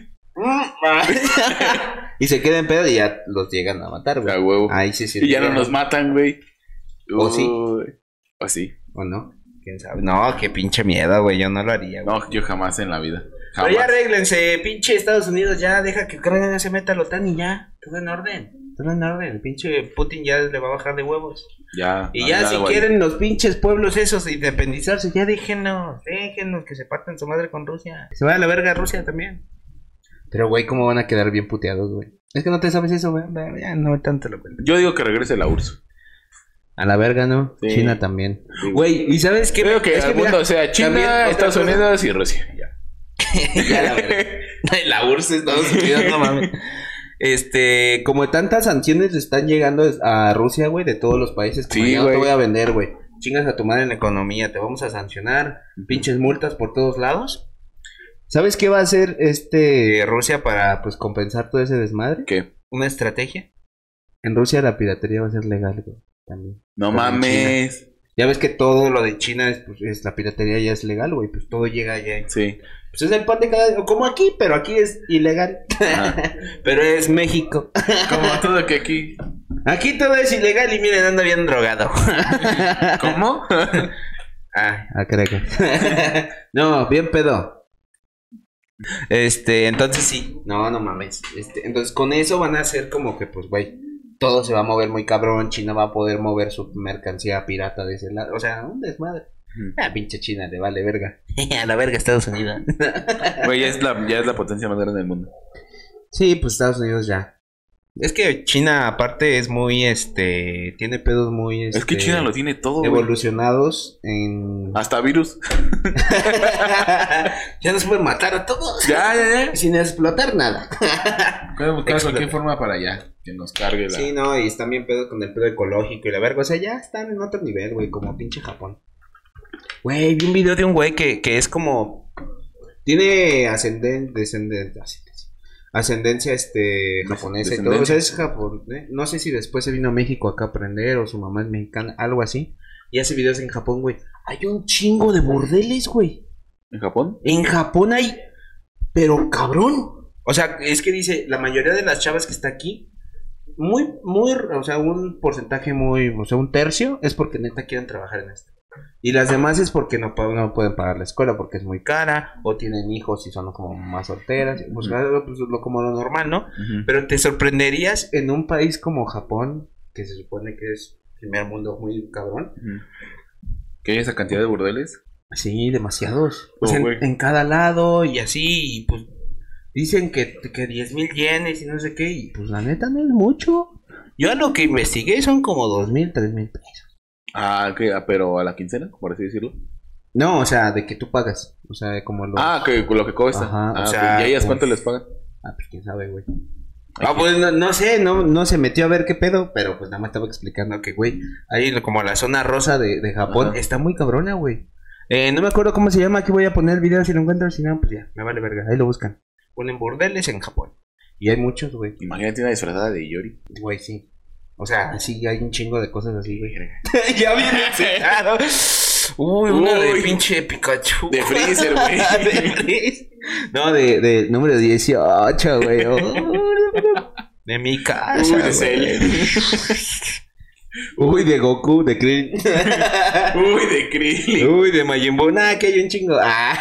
Speaker 2: Y se quedan pedo y ya los llegan a matar, güey.
Speaker 1: A huevo.
Speaker 2: Ahí sí sí.
Speaker 1: Y ya no nos matan, güey.
Speaker 2: ¿O sí?
Speaker 1: Uy. O sí.
Speaker 2: ¿O no? ¿Quién sabe? No, qué pinche miedo, güey. Yo no lo haría, güey.
Speaker 1: No, yo jamás en la vida.
Speaker 2: Pero
Speaker 1: Jamás.
Speaker 2: ya arréglense, pinche Estados Unidos, ya deja que Ucrania se meta a la OTAN y ya. Todo en orden. Todo en orden. El pinche Putin ya le va a bajar de huevos.
Speaker 1: Ya.
Speaker 2: Y
Speaker 1: no
Speaker 2: ya
Speaker 1: hay
Speaker 2: si
Speaker 1: nada, güey.
Speaker 2: quieren los pinches pueblos esos independizarse, ya déjenos, déjenos que se partan su madre con Rusia. Se va a la verga Rusia también. Pero güey, ¿cómo van a quedar bien puteados, güey? Es que no te sabes eso, güey. Ya no tanto lo cuento.
Speaker 1: Yo digo que regrese la U R S S.
Speaker 2: A la verga, ¿no?
Speaker 1: Sí.
Speaker 2: China también.
Speaker 1: Sí,
Speaker 2: Güey, ¿y sabes qué?
Speaker 1: Creo que
Speaker 2: Es
Speaker 1: el
Speaker 2: mira,
Speaker 1: mundo sea China,
Speaker 2: también otra
Speaker 1: Estados
Speaker 2: cosa-
Speaker 1: Unidos y Rusia. Ya.
Speaker 2: Ya la verga. La U R S S Estados Unidos, no mames. Este, como tantas sanciones le están llegando a Rusia, güey, de todos los países, como
Speaker 1: Sí,
Speaker 2: ya no te
Speaker 1: güey.
Speaker 2: voy a vender, güey. Chingas a tu madre en la economía, te vamos a sancionar, pinches multas por todos lados. ¿Sabes qué va a hacer este Rusia para pues compensar todo ese desmadre?
Speaker 1: ¿Qué?
Speaker 2: Una estrategia. En Rusia la piratería va a ser legal, güey, también.
Speaker 1: No
Speaker 2: Como en
Speaker 1: mames.
Speaker 2: Ya ves que todo lo de China es, pues, es la piratería ya es legal, güey, pues todo llega allá.
Speaker 1: Sí.
Speaker 2: Pues es el pan de cada día, como aquí, pero aquí es ilegal.
Speaker 1: Ajá.
Speaker 2: Pero es México.
Speaker 1: Como todo que aquí.
Speaker 2: Aquí todo es ilegal y miren, anda bien drogado.
Speaker 1: ¿Cómo?
Speaker 2: Ah, ah, creo que. No, bien pedo. Este, entonces sí. No, no mames. Este, entonces con eso van a hacer como que, pues, güey, todo se va a mover muy cabrón. China va a poder mover su mercancía pirata de ese lado. O sea, un desmadre. Ah, pinche China, le vale verga. A la verga Estados Unidos.
Speaker 1: Güey, ya es la, ya es la potencia más grande del mundo.
Speaker 2: Sí, pues Estados Unidos ya. Es que China aparte es muy, este, tiene pedos muy, este,
Speaker 1: Es que China lo tiene todo, güey.
Speaker 2: evolucionados en...
Speaker 1: Hasta virus.
Speaker 2: Ya nos pueden matar a todos.
Speaker 1: Ya, ya, ya.
Speaker 2: Sin explotar nada.
Speaker 1: Pueden buscar
Speaker 2: Explota.
Speaker 1: cualquier forma para allá. Que nos cargue la.
Speaker 2: Sí, no, y están bien pedos con el pedo ecológico y la verga. O sea, ya están en otro nivel, güey, como pinche Japón. Güey, vi un video de un güey que, que es como... Tiene ascendente, descendente, ascendencia, ascendencia este, japonesa y todo. O sea, es Japón. ¿eh? No sé si después se vino a México acá a aprender o su mamá es mexicana, algo así. Y hace videos en Japón, güey. Hay un chingo de bordeles, güey.
Speaker 1: ¿En Japón?
Speaker 2: En Japón hay... Pero cabrón. O sea, es que dice, la mayoría de las chavas que está aquí, muy, muy, o sea, un porcentaje muy, o sea, un tercio es porque neta quieren trabajar en esto. Y las demás es porque no, pu- no pueden pagar la escuela porque es muy cara, o tienen hijos y son como más solteras, pues, claro, pues, lo, como lo normal, ¿no?
Speaker 1: Ujú.
Speaker 2: Pero te sorprenderías en un país como Japón, que se supone que es primer mundo muy cabrón.
Speaker 1: Ujú. ¿Que hay esa cantidad de burdeles?
Speaker 2: Sí, demasiados. O
Speaker 1: Oh,
Speaker 2: sea, en,
Speaker 1: güey.
Speaker 2: en cada lado y así, y pues dicen que, que diez mil yenes y no sé qué, y pues la neta no es mucho. Yo a lo que investigué son como dos mil, tres mil pesos.
Speaker 1: Ah, que, ah, pero a la quincena, por así decirlo.
Speaker 2: No, o sea, de que tú pagas. O sea, como lo.
Speaker 1: Ah, que lo que cuesta.
Speaker 2: Ajá,
Speaker 1: ah,
Speaker 2: o
Speaker 1: ok.
Speaker 2: sea,
Speaker 1: ¿Y a ellas
Speaker 2: pues-
Speaker 1: cuánto les pagan?
Speaker 2: Ah, pues quién sabe, güey. Ah, pues no, no sé, no, no se metió a ver qué pedo, pero pues nada más estaba explicando que, güey, ahí como la zona rosa de, de Japón
Speaker 1: Ajá.
Speaker 2: está muy cabrona, güey. Eh, no me acuerdo cómo se llama, aquí voy a poner el video si lo encuentro, si no, pues ya, me vale verga, ahí lo buscan. Ponen burdeles en Japón. Y hay muchos, güey.
Speaker 1: Imagínate una disfrazada de Yori.
Speaker 2: Güey, sí. O sea, sí, hay un chingo de cosas así, güey. Ya viene enseñado. Uy, una de
Speaker 1: Uy.
Speaker 2: pinche Pikachu.
Speaker 1: De Freezer, güey.
Speaker 2: De Freezer. No, de, de número dieciocho, güey. Oh, de mi casa.
Speaker 1: Uy, de
Speaker 2: güey.
Speaker 1: Cell.
Speaker 2: Uy, de Goku, de Krillin.
Speaker 1: Uy, de Krillin.
Speaker 2: Uy, de Majin Buu. Nah, que hay un chingo. Ah,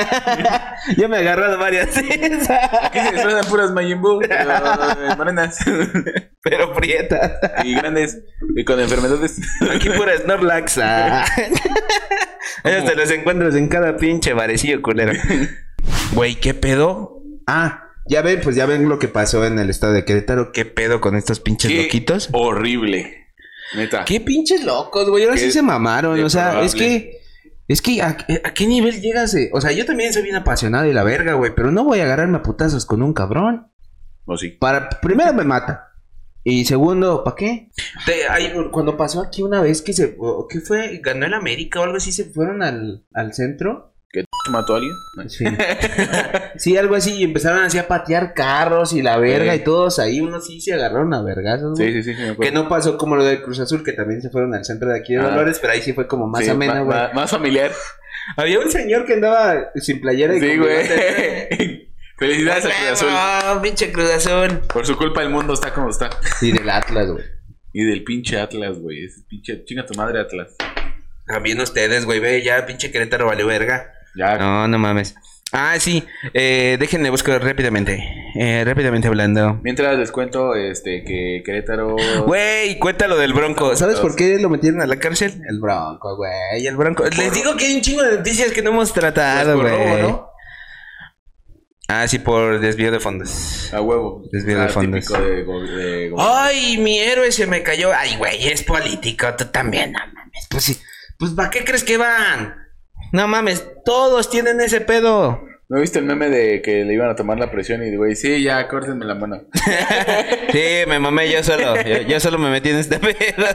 Speaker 2: ya me agarraron varias de esas.
Speaker 1: Aquí se disfrazan puras Majin Buu. eh, Morenas.
Speaker 2: Pero prietas.
Speaker 1: Y grandes. Y con enfermedades.
Speaker 2: Aquí pura Snorlax. Ah. Ellos te los encuentras en cada pinche barecillo culero. Güey, ¿qué pedo? Ah, ya ven, pues ya ven lo que pasó en el estado de Querétaro. ¿Qué pedo con estos pinches
Speaker 1: Qué
Speaker 2: loquitos?
Speaker 1: horrible. Neta.
Speaker 2: Qué pinches locos, güey. Ahora
Speaker 1: Qué
Speaker 2: sí se mamaron. O sea,
Speaker 1: deplorable.
Speaker 2: es que. Es que, ¿a, a qué nivel llegas? eh? O sea, yo también soy bien apasionado y la verga, güey. Pero no voy a agarrarme a putazos con un cabrón.
Speaker 1: O sí.
Speaker 2: Para, primero me mata. Y segundo, ¿para qué? Te- hay- cuando pasó aquí una vez que se. o- ¿Qué fue? ¿Ganó el América o algo así? ¿Se fueron al, al centro?
Speaker 1: ¿Que mató a alguien?
Speaker 2: Sí. Sí, algo así. Y empezaron así a patear carros y la verga
Speaker 1: Sí.
Speaker 2: y todos ahí. Unos sí se agarraron a vergazos,
Speaker 1: Sí,
Speaker 2: güey.
Speaker 1: sí, sí. sí me acuerdo.
Speaker 2: Que no pasó como lo del Cruz Azul, que también se fueron al centro de aquí de
Speaker 1: Ah.
Speaker 2: Dolores, pero ahí sí fue como más
Speaker 1: Sí,
Speaker 2: amena,
Speaker 1: ma-
Speaker 2: güey.
Speaker 1: ma- Más familiar.
Speaker 2: Había un señor que andaba sin playera y
Speaker 1: Sí,
Speaker 2: con
Speaker 1: güey.
Speaker 2: bigote.
Speaker 1: Felicidades a Cruz Azul.
Speaker 2: ¡Ah, pinche Cruz Azul!
Speaker 1: Por su culpa el mundo está como está.
Speaker 2: Sí, del Atlas, güey.
Speaker 1: Y del pinche Atlas, güey. Ese pinche chinga tu madre Atlas.
Speaker 2: También ustedes, güey, ve, ya pinche Querétaro valió verga.
Speaker 1: Ya.
Speaker 2: No, no mames. Ah, sí, eh, déjenme buscar rápidamente. Eh, rápidamente hablando.
Speaker 1: Mientras les cuento este que Querétaro.
Speaker 2: Güey, cuéntalo del Bronco. ¿Sabes por qué lo metieron a la cárcel? El Bronco, güey, el Bronco. Les digo que hay un chingo de noticias que no hemos
Speaker 1: Pues
Speaker 2: tratado,
Speaker 1: por
Speaker 2: güey.
Speaker 1: robo, ¿no?
Speaker 2: Ah, sí, por desvío de fondos.
Speaker 1: A huevo.
Speaker 2: Desvío de
Speaker 1: Ah,
Speaker 2: fondos.
Speaker 1: típico de, go- de go-
Speaker 2: Ay, mi héroe se me cayó. Ay, güey, es político, tú también, no mames. Pues sí, pues ¿para qué crees que van? No mames, todos tienen ese pedo.
Speaker 1: ¿No viste el meme de que le iban a tomar la presión y güey, sí, ya, córtenme la mano?
Speaker 2: Sí, me mamé yo solo. Yo, yo solo me metí en este pedo.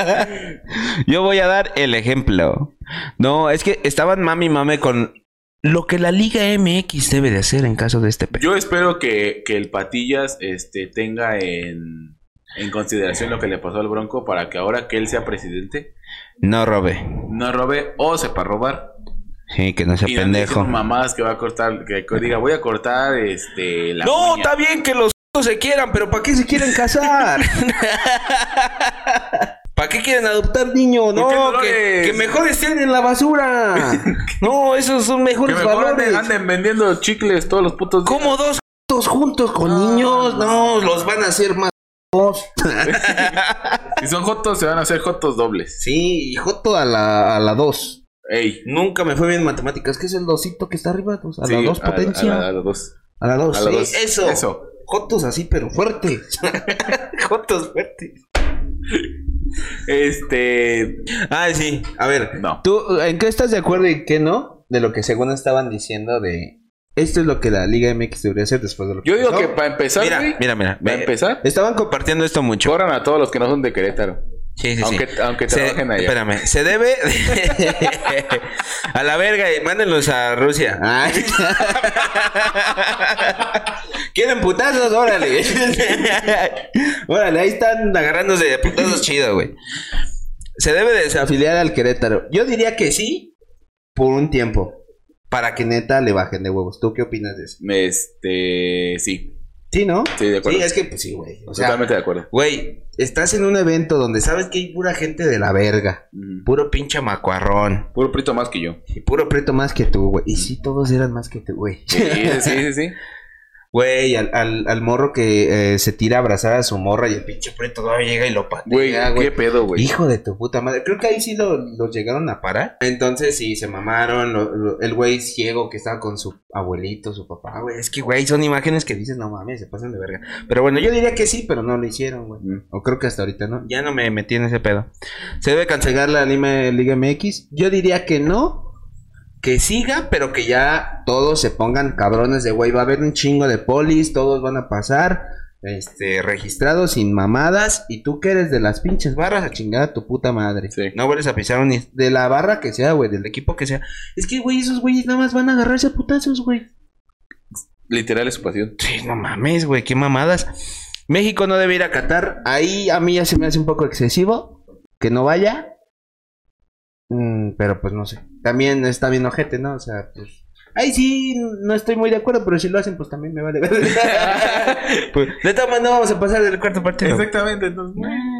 Speaker 2: Yo voy a dar el ejemplo. No, es que estaban mami mame con lo que la Liga M X debe de hacer en caso de este pedo.
Speaker 1: Yo espero que, que el Patillas este, tenga en, en consideración lo que le pasó al Bronco para que ahora que él sea presidente
Speaker 2: No robe.
Speaker 1: no robe o sepa robar.
Speaker 2: Sí, que no sea
Speaker 1: Y no ande
Speaker 2: pendejo.
Speaker 1: diciendo mamadas que va a cortar, que diga, voy a cortar este la
Speaker 2: No,
Speaker 1: uña.
Speaker 2: está bien que los se quieran, pero ¿para qué se quieren casar? ¿Para qué quieren adoptar niños?
Speaker 1: ¿Por qué
Speaker 2: No,
Speaker 1: no
Speaker 2: que,
Speaker 1: les-
Speaker 2: que mejor estén en la basura. No, esos son
Speaker 1: Que
Speaker 2: mejores
Speaker 1: mejor
Speaker 2: valores.
Speaker 1: anden, anden vendiendo chicles todos los putos días.
Speaker 2: ¿Cómo dos juntos juntos con
Speaker 1: No,
Speaker 2: niños?
Speaker 1: no.
Speaker 2: No, los van a hacer más.
Speaker 1: Si son jotos, se van a hacer jotos dobles.
Speaker 2: Sí, y joto a la, a la dos.
Speaker 1: Ey.
Speaker 2: Nunca me fue bien en matemáticas. ¿Qué es el dosito que está arriba? Pues, a
Speaker 1: Sí,
Speaker 2: la dos
Speaker 1: a-
Speaker 2: potencia.
Speaker 1: A, la- a la dos.
Speaker 2: A la dos.
Speaker 1: a la
Speaker 2: sí,
Speaker 1: dos.
Speaker 2: Eso.
Speaker 1: Eso.
Speaker 2: Jotos así, pero fuertes. Jotos fuertes.
Speaker 1: Este.
Speaker 2: Ah, sí. A ver,
Speaker 1: No.
Speaker 2: ¿tú en qué estás de acuerdo y qué no? De lo que según estaban diciendo de... Esto es lo que la Liga M X debería hacer después de lo que
Speaker 1: Yo digo
Speaker 2: pasó.
Speaker 1: que para empezar,
Speaker 2: Mira,
Speaker 1: güey,
Speaker 2: mira, mira.
Speaker 1: para
Speaker 2: ve-
Speaker 1: empezar,
Speaker 2: Estaban compartiendo esto mucho.
Speaker 1: corran a todos los que no son de Querétaro.
Speaker 2: Sí, sí,
Speaker 1: Aunque,
Speaker 2: sí.
Speaker 1: aunque
Speaker 2: Se-
Speaker 1: trabajen allá.
Speaker 2: Espérame, se debe a la verga y mándenlos a Rusia. Ay. ¿Quieren putazos? Órale. Órale, ahí están agarrándose de putazos chido, güey. Se debe desafiliar al Querétaro. Yo diría que sí, por un tiempo. Para que neta le bajen de huevos. ¿Tú qué opinas de eso?
Speaker 1: Este. Sí.
Speaker 2: Sí, ¿no?
Speaker 1: Sí, de acuerdo.
Speaker 2: Sí, es que pues sí, güey. O sea,
Speaker 1: Totalmente de acuerdo.
Speaker 2: güey, estás en un evento donde sabes que hay pura gente de la verga.
Speaker 1: Ujú.
Speaker 2: Puro pinche macuarrón.
Speaker 1: Puro prito más que yo.
Speaker 2: Y puro preto más que tú, güey. Y sí, todos eran más que tú, güey.
Speaker 1: Sí, sí, sí, sí.
Speaker 2: Güey, al, al, al morro que eh, se tira a abrazar a su morra y el pinche preto todavía llega y lo patea,
Speaker 1: Güey,
Speaker 2: güey.
Speaker 1: qué pedo, güey.
Speaker 2: Hijo de tu puta madre. Creo que ahí sí lo, los llegaron a parar. Entonces sí, se mamaron. Lo- lo- el güey ciego que estaba con su abuelito, su papá, güey. Es que, güey, son imágenes que dices, no mames, se pasan de verga. Pero bueno, yo diría que sí, pero no lo hicieron, güey.
Speaker 1: Mm.
Speaker 2: O creo que hasta ahorita no. Ya no me metí en ese pedo. ¿Se debe cancelar la Liga Liga M X? Yo diría que no. Que siga, pero que ya todos se pongan cabrones de güey. Va a haber un chingo de polis, todos van a pasar. Este, registrado, sin mamadas. Y tú que eres de las pinches barras, a chingar a tu puta madre.
Speaker 1: Sí.
Speaker 2: No vuelves a pisar un... De la barra que sea, güey, del equipo que sea. Es que, güey, esos güeyes nada más van a agarrarse a putazos, güey.
Speaker 1: Literal es su pasión.
Speaker 2: Sí, no mames, güey, qué mamadas. México no debe ir a Qatar. Ahí a mí ya se me hace un poco excesivo que no vaya. Mm, pero pues no sé. También está bien ojete, ¿no? O sea, pues... Ahí sí, no estoy muy de acuerdo, pero si lo hacen, pues también me vale. Pues, de todas maneras, no vamos a pasar del cuarto partido.
Speaker 1: Exactamente, entonces.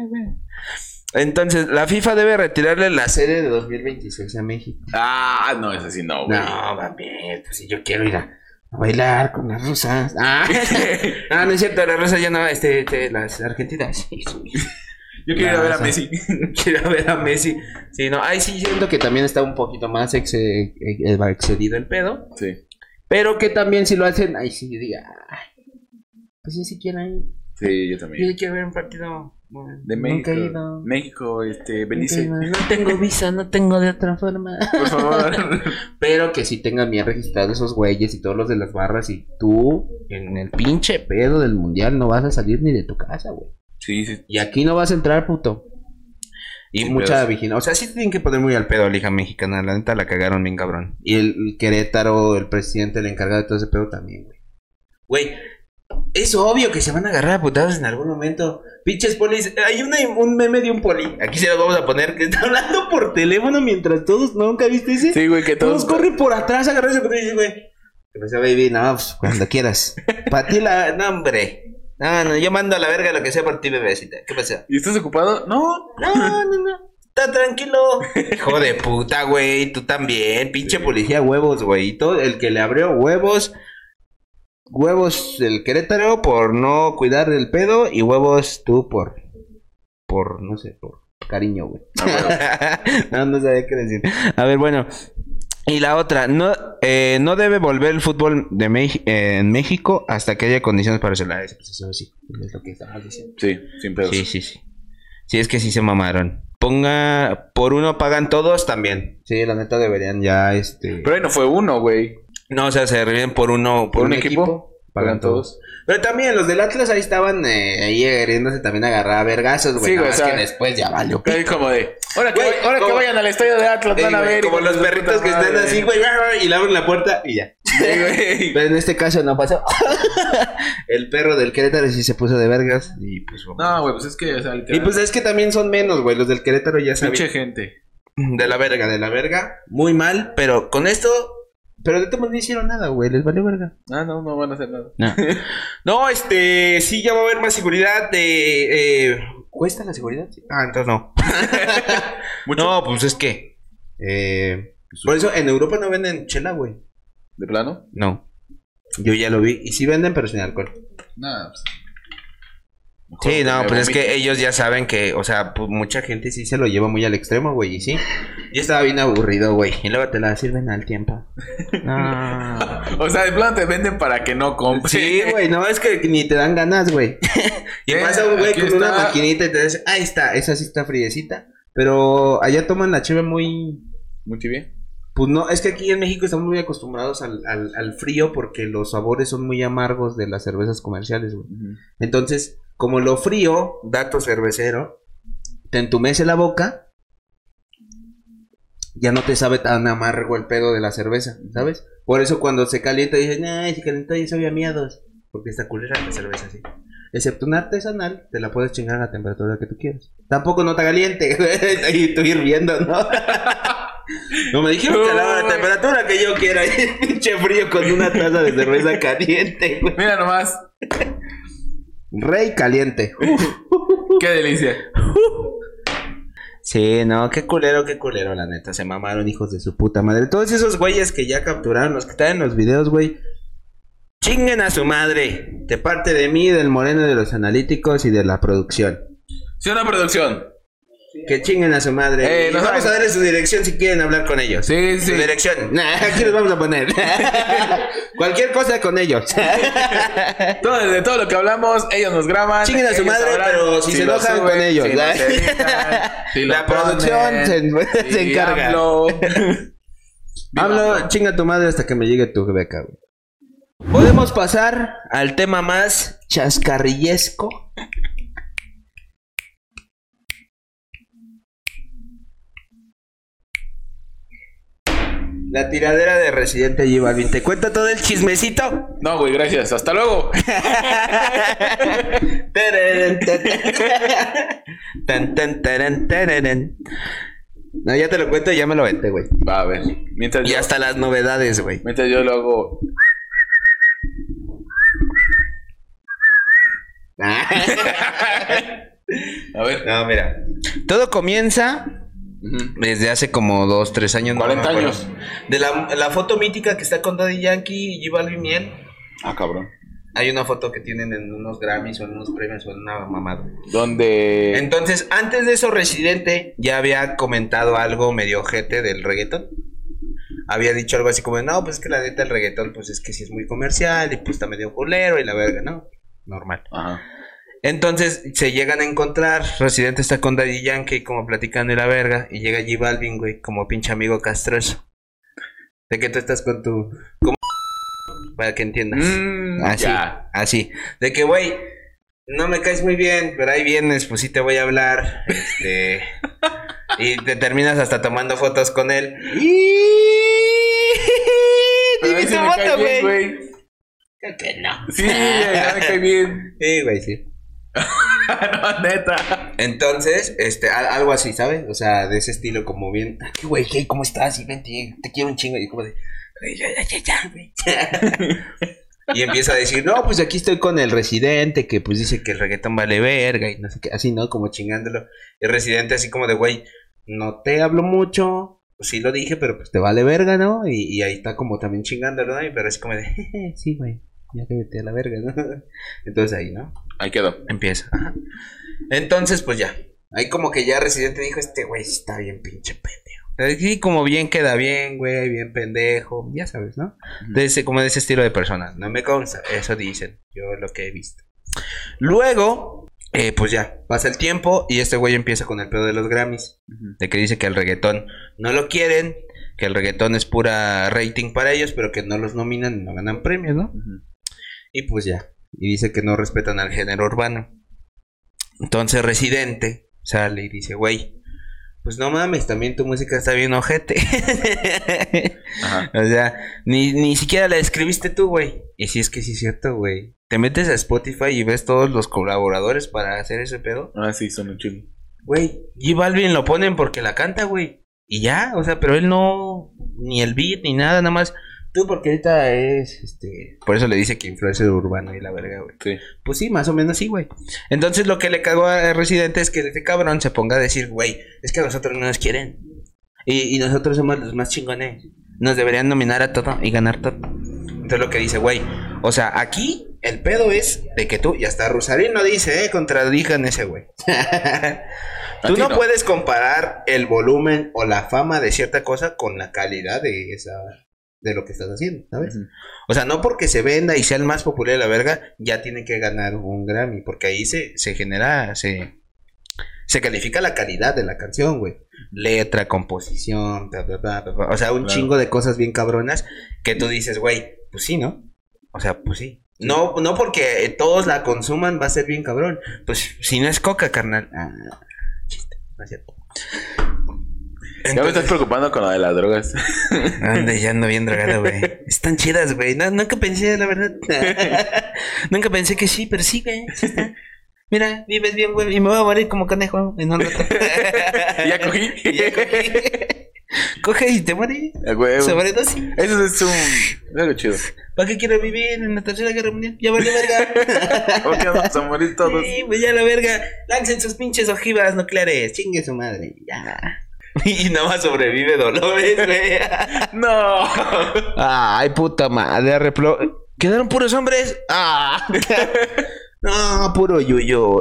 Speaker 2: Entonces, la FIFA debe retirarle la sede de dos mil veintiséis a México.
Speaker 1: Ah, no, es así, no, güey.
Speaker 2: No, mami, pues si yo quiero ir a, a bailar con las rusas. Ah, ah, no es cierto, las rusas ya no, este, este las argentinas. Sí, sí.
Speaker 1: Yo quiero ir a ver a
Speaker 2: o sea,
Speaker 1: Messi.
Speaker 2: Quiero ver a Messi. Sí, no, ahí sí siento que también está un poquito más ex, eh, eh, excedido el pedo.
Speaker 1: Sí.
Speaker 2: Pero que también si lo hacen, ahí sí yo diga, ay, pues sí, si quieren ir.
Speaker 1: Sí, yo
Speaker 2: Yo
Speaker 1: también.
Speaker 2: quiero ver un partido bueno,
Speaker 1: De
Speaker 2: nunca he
Speaker 1: México.
Speaker 2: ido.
Speaker 1: México, este,
Speaker 2: Nunca he
Speaker 1: Belice.
Speaker 2: ido. No tengo visa, no tengo de otra forma.
Speaker 1: Por favor.
Speaker 2: Pero que sí tengan bien registrados esos güeyes y todos los de las barras. Y tú, en el pinche pedo del mundial, no vas a salir ni de tu casa, güey.
Speaker 1: Sí, sí.
Speaker 2: Y aquí no vas a entrar, puto. Y
Speaker 1: Sin
Speaker 2: mucha
Speaker 1: pedos.
Speaker 2: vigilancia. O sea, sí tienen que poner muy al pedo a la Liga Mexicana. La neta la cagaron bien cabrón. Y el, el Querétaro, el presidente, el encargado de todo ese pedo también, güey. Güey, es obvio que se van a agarrar a putados en algún momento. Pinches polis. Hay una, un meme de un poli. Aquí se lo vamos a poner. Que está hablando por teléfono mientras todos. ¿Nunca viste ese?
Speaker 1: Sí, güey, que
Speaker 2: Todos
Speaker 1: todos.
Speaker 2: corren por atrás a agarrarse. Y dice, güey. ¿Qué pasa, baby? No, pues cuando quieras. Para ti la. No, hombre. No, no, yo mando a la verga lo que sea por ti, bebecita. ¿Qué pasa?
Speaker 1: ¿Y estás ocupado? No.
Speaker 2: No, no, no. Está tranquilo. Hijo de puta, güey. Tú también. Pinche
Speaker 1: Sí.
Speaker 2: policía, huevos, güey. Y todo el que le abrió huevos. Huevos el Querétaro por no cuidar el pedo. Y huevos tú por. Por, no sé, por cariño, güey. No, no sabía qué decir. A ver, bueno. Y la otra, no, eh, no debe volver el fútbol de Mex- eh, en México hasta que haya condiciones para hacerlo. Pues eso sí, es lo que estamos diciendo.
Speaker 1: Sí, sin pedos.
Speaker 2: Sí, sí, sí. Sí, es que sí se mamaron. Ponga, por uno pagan todos también. Sí, la neta deberían ya, este...
Speaker 1: Pero ahí no fue uno, güey.
Speaker 2: No, o sea, se ríen por uno, por,
Speaker 1: ¿Por
Speaker 2: un,
Speaker 1: un
Speaker 2: equipo,
Speaker 1: equipo?
Speaker 2: pagan
Speaker 1: Pagan
Speaker 2: todos.
Speaker 1: todos.
Speaker 2: Pero también los del Atlas ahí estaban eh, ahí queriéndose también agarrar a vergazos, güey.
Speaker 1: Sí,
Speaker 2: Nada
Speaker 1: güey,
Speaker 2: más
Speaker 1: o sea,
Speaker 2: que después ya valió.
Speaker 1: Ahí como de. Ahora que,
Speaker 2: Güey,
Speaker 1: ahora
Speaker 2: como-
Speaker 1: que vayan al estadio de Atlas,
Speaker 2: Ey,
Speaker 1: van a
Speaker 2: güey,
Speaker 1: ver.
Speaker 2: como
Speaker 1: hijos
Speaker 2: los
Speaker 1: de
Speaker 2: perritos
Speaker 1: puta
Speaker 2: que están
Speaker 1: madre.
Speaker 2: así, güey, y le abren la puerta y ya.
Speaker 1: Sí, güey.
Speaker 2: Pero en este caso no pasó. El perro del Querétaro sí se puso de vergas. Y pues.
Speaker 1: No, güey, pues es que, o sea,
Speaker 2: Y
Speaker 1: literal.
Speaker 2: pues es que también son menos, güey. Los del Querétaro ya saben.
Speaker 1: Mucha gente.
Speaker 2: De la verga, de la verga. Muy mal, pero con esto. Pero de todos modos no hicieron nada, güey. Les valió verga.
Speaker 1: Ah, no, no van a hacer nada.
Speaker 2: No. No, este. Sí, ya va a haber más seguridad. De. Eh, ¿Cuesta la seguridad? Sí. Ah, entonces no. No, pues es que. Eh, por eso en Europa no venden chela, güey.
Speaker 1: ¿De plano?
Speaker 2: No. Yo ya lo vi. Y sí venden, pero sin alcohol.
Speaker 1: Nada, pues.
Speaker 2: Sí, no,
Speaker 1: me
Speaker 2: pues es
Speaker 1: vomito.
Speaker 2: que ellos ya saben que, o sea, pues mucha gente sí se lo lleva muy al extremo, güey, y sí. Yo estaba bien aburrido, güey, y luego te la sirven al tiempo. No.
Speaker 1: O sea, de plano te venden para que no compres.
Speaker 2: Sí, güey, no, es que ni te dan ganas, güey. Y
Speaker 1: Eh,
Speaker 2: pasa un güey
Speaker 1: aquí
Speaker 2: con una
Speaker 1: está.
Speaker 2: maquinita y te dice, ahí está, esa sí está friecita. Pero allá toman la cheve muy...
Speaker 1: Muy bien.
Speaker 2: Pues no, es que aquí en México estamos muy acostumbrados al, al, al frío porque los sabores son muy amargos de las cervezas comerciales, güey. Entonces, como lo frío, dato cervecero, te entumece la boca, ya no te sabe tan amargo el pedo de la cerveza, ¿sabes? Por eso cuando se calienta dicen, ay, se calentó y sabe a miados, porque está culera la cerveza así. Excepto una artesanal, te la puedes chingar a la temperatura que tú quieras. Tampoco no está caliente, y estoy hirviendo, ¿no? No me dijeron que la temperatura que yo quiera, pinche frío con una taza de cerveza caliente, güey.
Speaker 1: Mira nomás.
Speaker 2: Rey caliente. Uf.
Speaker 1: Qué delicia.
Speaker 2: Sí, no, qué culero, qué culero, la neta. Se mamaron, hijos de su puta madre. Todos esos güeyes que ya capturaron, los que están en los videos, güey. Chinguen a su madre. De parte de mí, del Moreno, de los analíticos y de la producción.
Speaker 1: Sí, una producción.
Speaker 2: Que chinguen a su madre.
Speaker 1: Eh,
Speaker 2: Y
Speaker 1: no
Speaker 2: vamos
Speaker 1: sabes-
Speaker 2: a darle su dirección si quieren hablar con ellos.
Speaker 1: Sí,
Speaker 2: Su
Speaker 1: sí.
Speaker 2: dirección. Nah, aquí los vamos a poner. Cualquier cosa con ellos.
Speaker 1: Todo, de todo lo que hablamos, ellos nos graban.
Speaker 2: Chinguen a su
Speaker 1: ellos
Speaker 2: madre,
Speaker 1: sabrán
Speaker 2: pero si se
Speaker 1: lo
Speaker 2: enojan
Speaker 1: suben,
Speaker 2: con ellos.
Speaker 1: si lo editan, si lo
Speaker 2: La producción
Speaker 1: ponen,
Speaker 2: se, se
Speaker 1: si
Speaker 2: encarga.
Speaker 1: hablo.
Speaker 2: Hablo, chinga tu madre hasta que me llegue tu beca, güey. Podemos pasar al tema más chascarrillesco. La tiradera de Residente J Balvin. ¿Te cuento todo el chismecito?
Speaker 1: No, güey, gracias. Hasta luego.
Speaker 2: Tan, tan, taran, tararan. No, ya te lo cuento y ya me lo vente, güey.
Speaker 1: Va, a ver. Mientras
Speaker 2: Y
Speaker 1: yo,
Speaker 2: hasta las novedades, güey.
Speaker 1: mientras yo lo hago. A ver.
Speaker 2: No, mira. Todo comienza
Speaker 1: Ujú.
Speaker 2: desde hace como dos, tres años. no
Speaker 1: cuarenta
Speaker 2: me acuerdo.
Speaker 1: años.
Speaker 2: De la, la foto mítica que está con Daddy Yankee y J Balvin Miel.
Speaker 1: Ah, cabrón.
Speaker 2: Hay una foto que tienen en unos Grammys o en unos premios o en una mamada.
Speaker 1: Donde.
Speaker 2: Entonces, antes de eso, Residente ya había comentado algo medio ojete del reggaetón. Había dicho algo así como, no, pues es que la neta el reggaetón, pues es que sí es muy comercial y pues está medio culero y la verga, ¿no? Normal.
Speaker 1: Ajá.
Speaker 2: Entonces, se llegan a encontrar, Residente está con Daddy Yankee como platicando y la verga, y llega J Balvin, güey, como pinche amigo castroso. De que tú estás con tu... como- para que entiendas.
Speaker 1: Mm,
Speaker 2: Así,
Speaker 1: ya.
Speaker 2: así. De que, güey, no me caes muy bien, pero ahí vienes, pues sí te voy a hablar. Este. Y te terminas hasta tomando fotos con él.
Speaker 1: Pero
Speaker 2: Dime
Speaker 1: ese
Speaker 2: tu
Speaker 1: me cae
Speaker 2: foto,
Speaker 1: bien,
Speaker 2: güey.
Speaker 1: güey.
Speaker 2: Creo que no.
Speaker 1: Sí, ya me cae bien.
Speaker 2: Sí, güey, sí.
Speaker 1: No, neta.
Speaker 2: Entonces, este, a- algo así, ¿sabes? O sea, de ese estilo, como bien. "Ah, ¿qué güey? ¿Qué? ¿Cómo estás? Y vente, te quiero un chingo. Y como de. "Ay, ya, ya, ya, ya, güey". Y empieza a decir, no, pues aquí estoy con el Residente, que pues dice que el reggaetón vale verga y no sé qué, así, ¿no? Como chingándolo. Y el Residente así como de, güey, no te hablo mucho, pues sí lo dije, pero pues te vale verga, ¿no? Y, y ahí está como también chingándolo, ¿no? Y pero así como de, jeje, sí, güey, ya que vete a la verga, ¿no? Entonces ahí, ¿no?
Speaker 1: Ahí quedó.
Speaker 2: Empieza. Ajá. Entonces, pues ya. Ahí como que ya Residente dijo, este güey está bien pinche pendejo. Sí, como bien queda bien, güey, bien pendejo, ya sabes, ¿no? De ese, como de ese estilo de personas. No me consta, eso dicen, yo lo que he visto. Luego, eh, pues ya, pasa el tiempo y este güey empieza con el pedo de los Grammys.
Speaker 1: Ujú.
Speaker 2: De que dice que el reggaetón no lo quieren, que el reggaetón es pura rating para ellos, pero que no los nominan y no ganan premios, ¿no?
Speaker 1: Ujú.
Speaker 2: Y pues ya. Y dice que no respetan al género urbano. Entonces Residente sale y dice, güey, pues no mames, también tu música está bien ojete.
Speaker 1: Ajá.
Speaker 2: O sea, ni, ni siquiera la escribiste tú, güey. Y sí es que sí es cierto, güey. Te metes a Spotify y ves todos los colaboradores para hacer ese pedo.
Speaker 1: Ah, sí, son un chingo.
Speaker 2: Güey, J Balvin lo ponen porque la canta, güey. Y ya, o sea, pero él no, ni el beat, ni nada, nada más. Tú porque ahorita es, este... Por eso le dice que influencer urbano y la verga, güey.
Speaker 1: Sí.
Speaker 2: Pues sí, más o menos sí, güey. Entonces lo que le cagó a Residente es que este cabrón se ponga a decir, güey, es que a nosotros no nos quieren. Y, y nosotros somos los más chingones. Nos deberían nominar a todo y ganar todo. Entonces lo que dice, güey, o sea, aquí el pedo es de que tú, y hasta Rusarín lo dice, eh, contradijan ese güey. Tú
Speaker 1: ti
Speaker 2: no
Speaker 1: no.
Speaker 2: puedes comparar el volumen o la fama de cierta cosa con la calidad de esa... de lo que estás haciendo, ¿sabes?
Speaker 1: Ujú.
Speaker 2: O sea, no porque se venda y sea el más popular de la verga, ya tiene que ganar un Grammy, porque ahí se, se genera, se, se califica la calidad de la canción, güey. Letra, composición, bla, bla, bla, bla, bla. O sea, un
Speaker 1: Claro.
Speaker 2: chingo de cosas bien cabronas que tú dices, güey, pues sí, ¿no? O sea, pues sí. No, no porque todos la consuman va a ser bien cabrón. Pues si no es coca, carnal. Ah, chiste, no es cierto.
Speaker 1: Ya me estás preocupando con lo de las drogas.
Speaker 2: Ande, ya ando bien drogado, güey. Están chidas, güey. No, nunca pensé, la verdad. Nunca pensé que sí, pero sí, güey. Sí está. Mira, vives bien, güey. Y me voy a morir como conejo en un rato.
Speaker 1: Ya cogí.
Speaker 2: Y ya cogí. Coge y te mueres.
Speaker 1: A huevo.
Speaker 2: Sobredosis.
Speaker 1: Eso es un... es algo chido.
Speaker 2: ¿Para qué quiero vivir en la tercera guerra mundial? Ya vale verga.
Speaker 1: Porque vamos a morir todos.
Speaker 2: Sí, pues ya la verga. Lancen sus pinches ojivas nucleares. Chingue su madre. Ya. Y nada más sobrevive Dolores, güey.
Speaker 1: No.
Speaker 2: Ay, puta madre, replo... ¿Quedaron puros hombres? Ah. No, puro yuyo.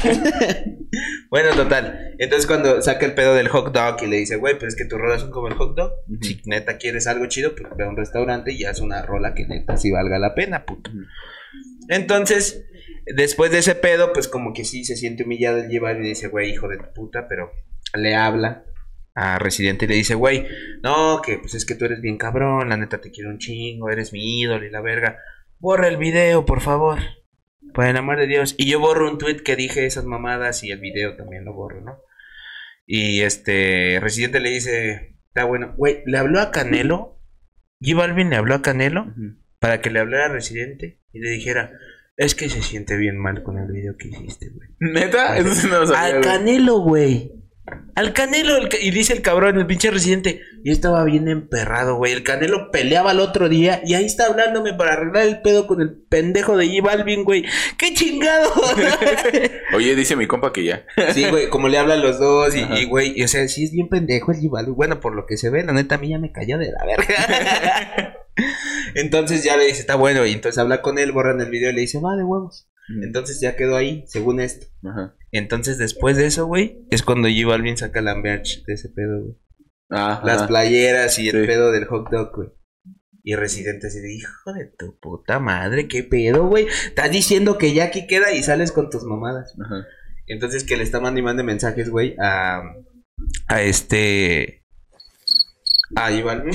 Speaker 2: Bueno, total. Entonces cuando saca el pedo del hot dog y le dice, güey, pues es que tus rolas son como el hot dog.
Speaker 1: Ujú.
Speaker 2: Si neta quieres algo chido, pues ve a un restaurante y haz una rola que neta sí valga la pena, puto. Entonces, después de ese pedo, pues como que sí se siente humillado el llevar y dice, güey, hijo de tu puta, pero le habla a Residente y le dice, güey, no, que pues es que tú eres bien cabrón, la neta te quiero un chingo, eres mi ídolo y la verga, borra el video, por favor. Por el amor de Dios. Y yo borro un tweet que dije esas mamadas y el video también lo borro, ¿no? Y este, Residente le dice, está bueno, güey, le habló a Canelo. J Balvin le habló a Canelo uh-huh. para que le hablara a Residente y le dijera, es que se siente bien mal con el video que hiciste, güey.
Speaker 1: ¿Neta? Eso sí no lo sabía,
Speaker 2: al Canelo, güey. Al Canelo, el, y dice el cabrón, el pinche Residente, yo estaba bien emperrado, güey. El Canelo peleaba el otro día y ahí está hablándome para arreglar el pedo con el pendejo de J Balvin, güey. ¡Qué chingado!
Speaker 1: Oye, dice mi compa que ya.
Speaker 2: Sí, güey, como le hablan los dos y, y güey, y, o sea, sí es bien pendejo el J Balvin. Bueno, por lo que se ve, la neta, a mí ya me cayó de la verga. Entonces ya le dice, está bueno, y entonces habla con él, borran el video y le dice, va de huevos. Entonces ya quedó ahí, según esto. Ajá. Entonces después de eso, güey, es cuando J Balvin saca la merch de ese pedo, güey. Ajá. Las playeras y el sí. pedo del hot dog, güey. Y Residente así de, hijo de tu puta madre, qué pedo, güey. Estás diciendo que ya aquí queda y sales con tus mamadas. Ajá. Entonces que le está mandando y mande mensajes, güey, a, a este... a J Balvin.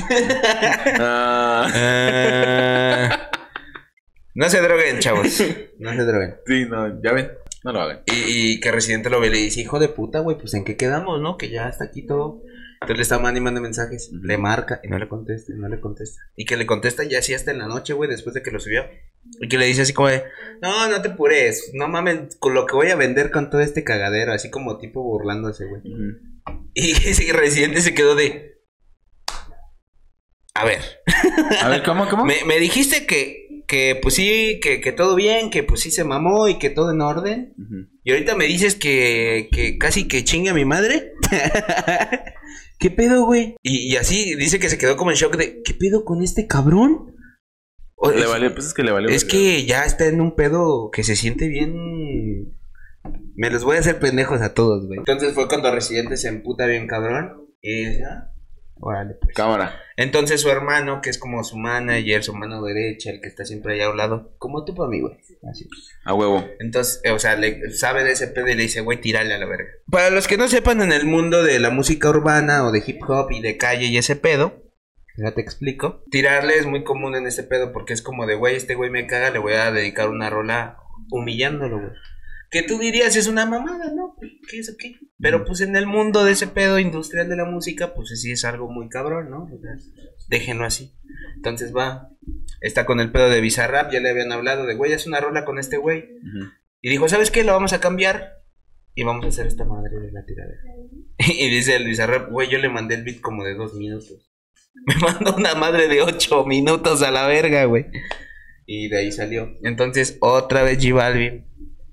Speaker 2: Ah... uh... No se droguen, chavos. No se droguen.
Speaker 1: Sí, no, ya ven. No lo hagan.
Speaker 2: Y, y que Residente lo ve y le dice, hijo de puta, güey, pues ¿en qué quedamos, no? Que ya está aquí todo. Entonces le está mandando mensajes. Uh-huh. Le marca y no le contesta, y no le contesta. Y que le contesta ya así hasta en la noche, güey, después de que lo subió. Y que le dice así como de, no, no te apures. No mames, con lo que voy a vender con todo este cagadero. Así como tipo burlándose, güey. Uh-huh. Y ese Residente se quedó de... A ver.
Speaker 1: A ver, ¿cómo, cómo?
Speaker 2: Me, me dijiste que... Que pues sí, que, que todo bien, que pues sí se mamó y que todo en orden. Uh-huh. Y ahorita me dices que, que casi que chingue a mi madre. ¿Qué pedo, güey? Y, y así dice que se quedó como en shock de, ¿qué pedo con este cabrón? O,
Speaker 1: le
Speaker 2: es,
Speaker 1: vale, pues es que le vale.
Speaker 2: Es que ya está en un pedo que se siente bien. Me los voy a hacer pendejos a todos, güey. Entonces fue cuando Residente se emputa bien cabrón. Y dice, ah, órale, pues.
Speaker 1: Cámara.
Speaker 2: Entonces su hermano, que es como su manager, su mano derecha, el que está siempre allá a un lado, como tú para mí, güey. Así.
Speaker 1: A huevo.
Speaker 2: Entonces, eh, o sea, le, sabe de ese pedo y le dice, güey, tírale a la verga. Para los que no sepan, en el mundo de la música urbana o de hip hop y de calle y ese pedo, ya te explico. Tirarle es muy común en ese pedo porque es como de, güey, este güey me caga, le voy a dedicar una rola humillándolo, güey. Que tú dirías es una mamada, ¿no? ¿Qué es qué? Pero pues en el mundo de ese pedo industrial de la música, pues sí es algo muy cabrón, ¿no? O sea, déjenlo así. Entonces va, está con el pedo de Bizarrap, ya le habían hablado de, güey, es una rola con este güey. Uh-huh. Y dijo, ¿sabes qué? Lo vamos a cambiar y vamos a hacer esta madre de la tiradera. Y dice el Bizarrap, güey, yo le mandé el beat como de dos minutos. Me mandó una madre de ocho minutos a la verga, güey. Y de ahí salió. Entonces, otra vez J Balvin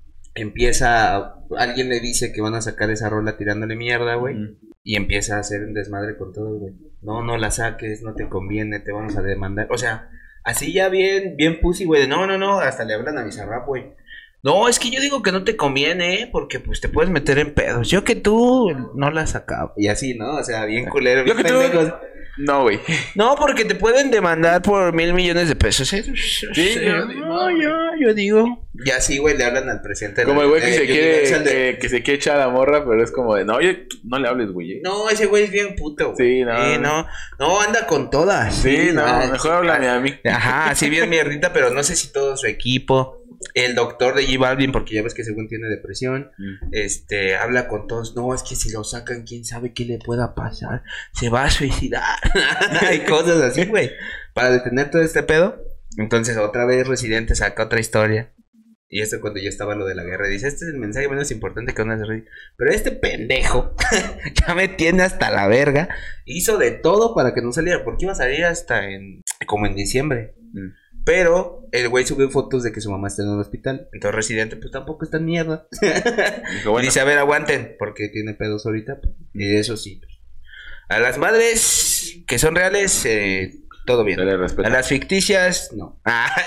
Speaker 2: empieza, alguien le dice que van a sacar esa rola tirándole mierda, güey. Mm. Y empieza a hacer un desmadre con todo, güey. No, no la saques, no te conviene, te vamos a demandar. O sea, así ya bien, bien pussy, güey. No, no, no, hasta le hablan a Bizarrap, güey. No, es que yo digo que no te conviene, ¿eh? Porque pues te puedes meter en pedos. Yo que tú no la sacaba. Y así, ¿no? O sea, bien culero.
Speaker 1: Yo que tú... No, güey.
Speaker 2: No, porque te pueden demandar por mil millones de pesos, ¿eh?
Speaker 1: Sí, yo,
Speaker 2: no, yo, yo digo. Y así, güey, le hablan al presidente.
Speaker 1: Como el güey que,
Speaker 2: eh,
Speaker 1: se quiere, de... eh, que se quiere echar a la morra, pero es como de, no, oye, no le hables, güey.
Speaker 2: No, ese güey es bien puto, güey.
Speaker 1: Sí, no.
Speaker 2: Sí, no. No, anda con todas.
Speaker 1: Sí, sí no, no, mejor háblame a mí.
Speaker 2: Ajá, sí, bien mierdita, pero no sé si todo su equipo. El doctor de J Balvin, porque ya ves que según tiene depresión, mm. este, habla con todos. No, es que si lo sacan, quién sabe qué le pueda pasar. Se va a suicidar. Hay cosas así, güey. Para detener todo este pedo. Entonces, otra vez Residente saca otra historia. Y esto cuando ya estaba lo de la guerra. Dice, este es el mensaje menos importante que van a hacer. Pero este pendejo ya me tiene hasta la verga. Hizo de todo para que no saliera. Porque iba a salir hasta en, como en diciembre. Mm. Pero el güey subió fotos de que su mamá está en el hospital. Entonces Residente pues tampoco está en mierda. Dijo, bueno. Dice, a ver, aguanten, porque tiene pedos ahorita. Y eso sí. A las madres que son reales, eh, todo bien. A las ficticias, no.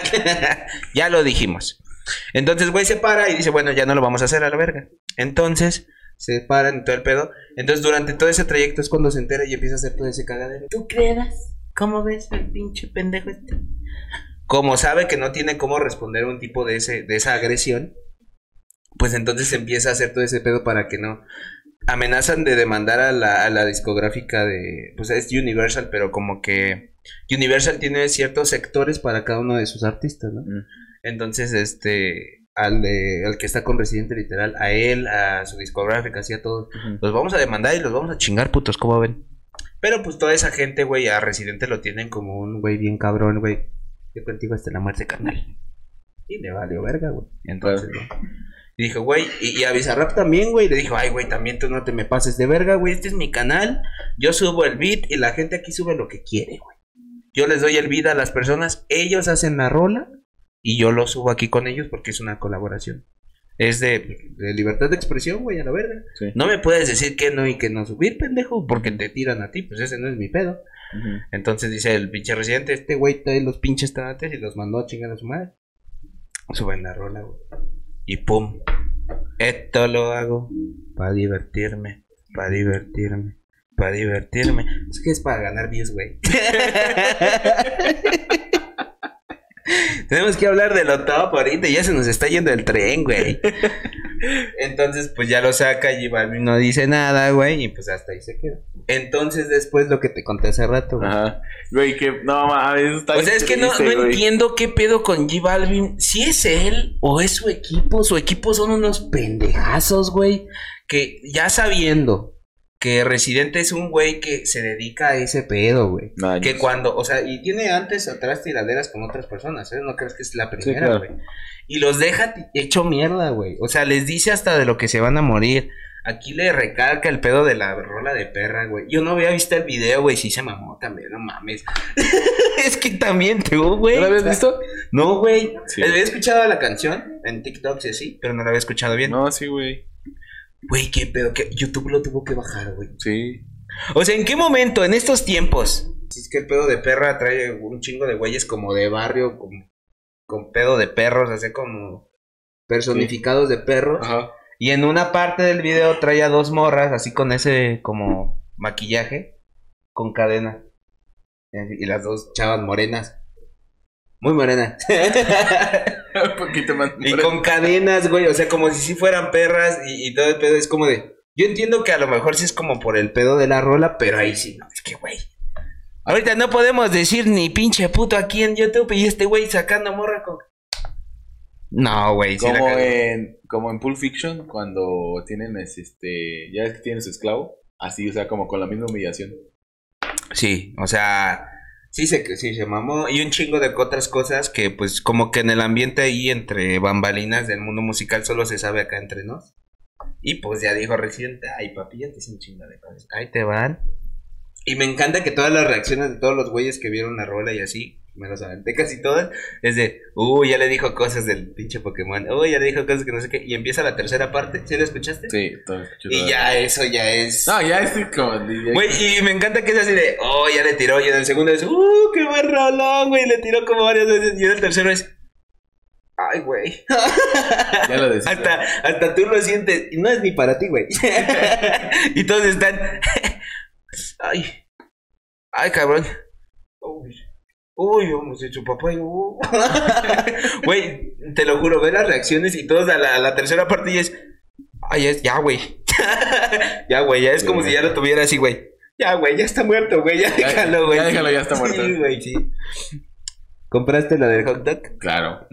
Speaker 2: Ya lo dijimos. Entonces güey se para y dice, bueno, ya no lo vamos a hacer a la verga. Entonces se paran en todo el pedo. Entonces durante todo ese trayecto es cuando se entera y empieza a hacer todo ese cagadero. ¿Tú creas? ¿Cómo ves el pinche pendejo este? Como sabe que no tiene cómo responder a un tipo de ese de esa agresión, pues entonces empieza a hacer todo ese pedo para que no. amenazan de demandar a la, a la discográfica de... Pues es Universal, pero como que... Universal tiene ciertos sectores para cada uno de sus artistas, ¿no? Mm. Entonces, este... Al, de, al que está con Residente literal, a él, a su discográfica, así a todos, uh-huh. Los vamos a demandar y los vamos a chingar, putos, ¿cómo ven? Pero pues toda esa gente, güey, a Residente lo tienen como un güey bien cabrón, güey. Yo contigo hasta la muerte, carnal. Y le valió verga, güey. Entonces, ¿no? Y dijo, güey, y, y a Bizarrap también, güey, le dijo, ay, güey, también tú no te me pases de verga, güey, este es mi canal, yo subo el beat y la gente aquí sube lo que quiere, güey. Yo les doy el beat a las personas, ellos hacen la rola. Y yo lo subo aquí con ellos porque es una colaboración. Es de, de libertad de expresión, güey, a la verga. Sí. No me puedes decir que no y que no subir, pendejo, porque te tiran a ti, pues ese no es mi pedo. Uh-huh. Entonces dice el pinche Residente, este güey trae los pinches tranates y los mandó a chingar a su madre. Suben la rola, güey. Y pum. Esto lo hago para divertirme, para divertirme, para divertirme. Es que es para ganar views, güey. Tenemos que hablar de lo top ahorita, ya se nos está yendo el tren, güey. Entonces, pues ya lo saca y Balvin no dice nada, güey, y pues hasta ahí se queda. Entonces, después lo que te conté hace rato, güey.
Speaker 1: Ajá. Güey, que no mames, está
Speaker 2: O sea, es que no,
Speaker 1: triste,
Speaker 2: no entiendo qué pedo con J Balvin. Si es él o es su equipo, su equipo son unos pendejazos, güey. Que ya sabiendo que Residente es un güey que se dedica a ese pedo, güey. No, que cuando, o sea, y tiene antes atrás tiraderas con otras personas, ¿eh? No crees que es la primera, güey. Sí, claro. Y los deja t- hecho mierda, güey. O sea, les dice hasta de lo que se van a morir. Aquí le recalca el pedo de la rola de perra, güey. Yo no había visto el video, güey. Sí se mamó también, no mames. Es que también tú, güey.
Speaker 1: ¿No lo habías visto?
Speaker 2: No, güey. Sí. Había escuchado la canción en TikTok, sí, sí, pero no la había escuchado bien.
Speaker 1: No, sí, güey.
Speaker 2: Güey, qué pedo, que YouTube lo tuvo que bajar, güey.
Speaker 1: Sí.
Speaker 2: O sea, ¿en qué momento, en estos tiempos? Si es que el pedo de perra trae un chingo de güeyes como de barrio, con, con pedo de perros, así como personificados sí. de perros. Ajá. Y en una parte del video trae a dos morras, así con ese como maquillaje, con cadena. Y las dos chavas morenas. Muy morena.
Speaker 1: Un poquito más morena.
Speaker 2: Y con cadenas, güey. O sea, como si sí fueran perras. Y, y todo el pedo es como de. Yo entiendo que a lo mejor sí es como por el pedo de la rola. Pero ahí sí, no. Es que, güey. Ahorita no podemos decir ni pinche puto aquí en YouTube. Y este güey sacando morra con. No, güey.
Speaker 1: Sí como, en, como en Pulp Fiction. Cuando tienen este. Ya es que tienen su esclavo. Así, o sea, como con la misma humillación.
Speaker 2: Sí, o sea. Sí se, sí se mamó, y un chingo de otras cosas que pues como que en el ambiente ahí entre bambalinas del mundo musical solo se sabe acá entre nos. Y pues ya dijo Residente, ay papi, ya te hice un chingo de cosas, ahí te van. Y me encanta que todas las reacciones de todos los güeyes que vieron la rola y así, me las aventé casi todas, es de, uy, ya le dijo cosas del pinche Pokémon, uy, ya le dijo cosas que no sé qué, y empieza la tercera parte, ¿sí lo escuchaste?
Speaker 1: Sí, todo.
Speaker 2: Y ya eso ya es...
Speaker 1: No, ya es como...
Speaker 2: Güey, y me encanta que es así de, oh, ya le tiró, y en el segundo es, uh, qué buen rolón, güey, le tiró como varias veces, y en el tercero es... Ay, güey.
Speaker 1: Ya lo decía.
Speaker 2: Hasta, hasta tú lo sientes, y no es ni para ti, güey. Y todos están... Ay, ay, cabrón. Uy. Uy, vamos, y su papá, uh. Güey, te lo juro, ve las reacciones y todos a la, a la tercera parte y es, ay, es, ya, güey. Ya, güey, ya es sí, como güey. Si ya lo tuviera así, güey. Ya, güey, ya está muerto, güey, ya, ya déjalo, güey.
Speaker 1: Ya déjalo, ya está muerto.
Speaker 2: Sí, güey, sí. ¿Compraste la del hot dog?
Speaker 1: Claro.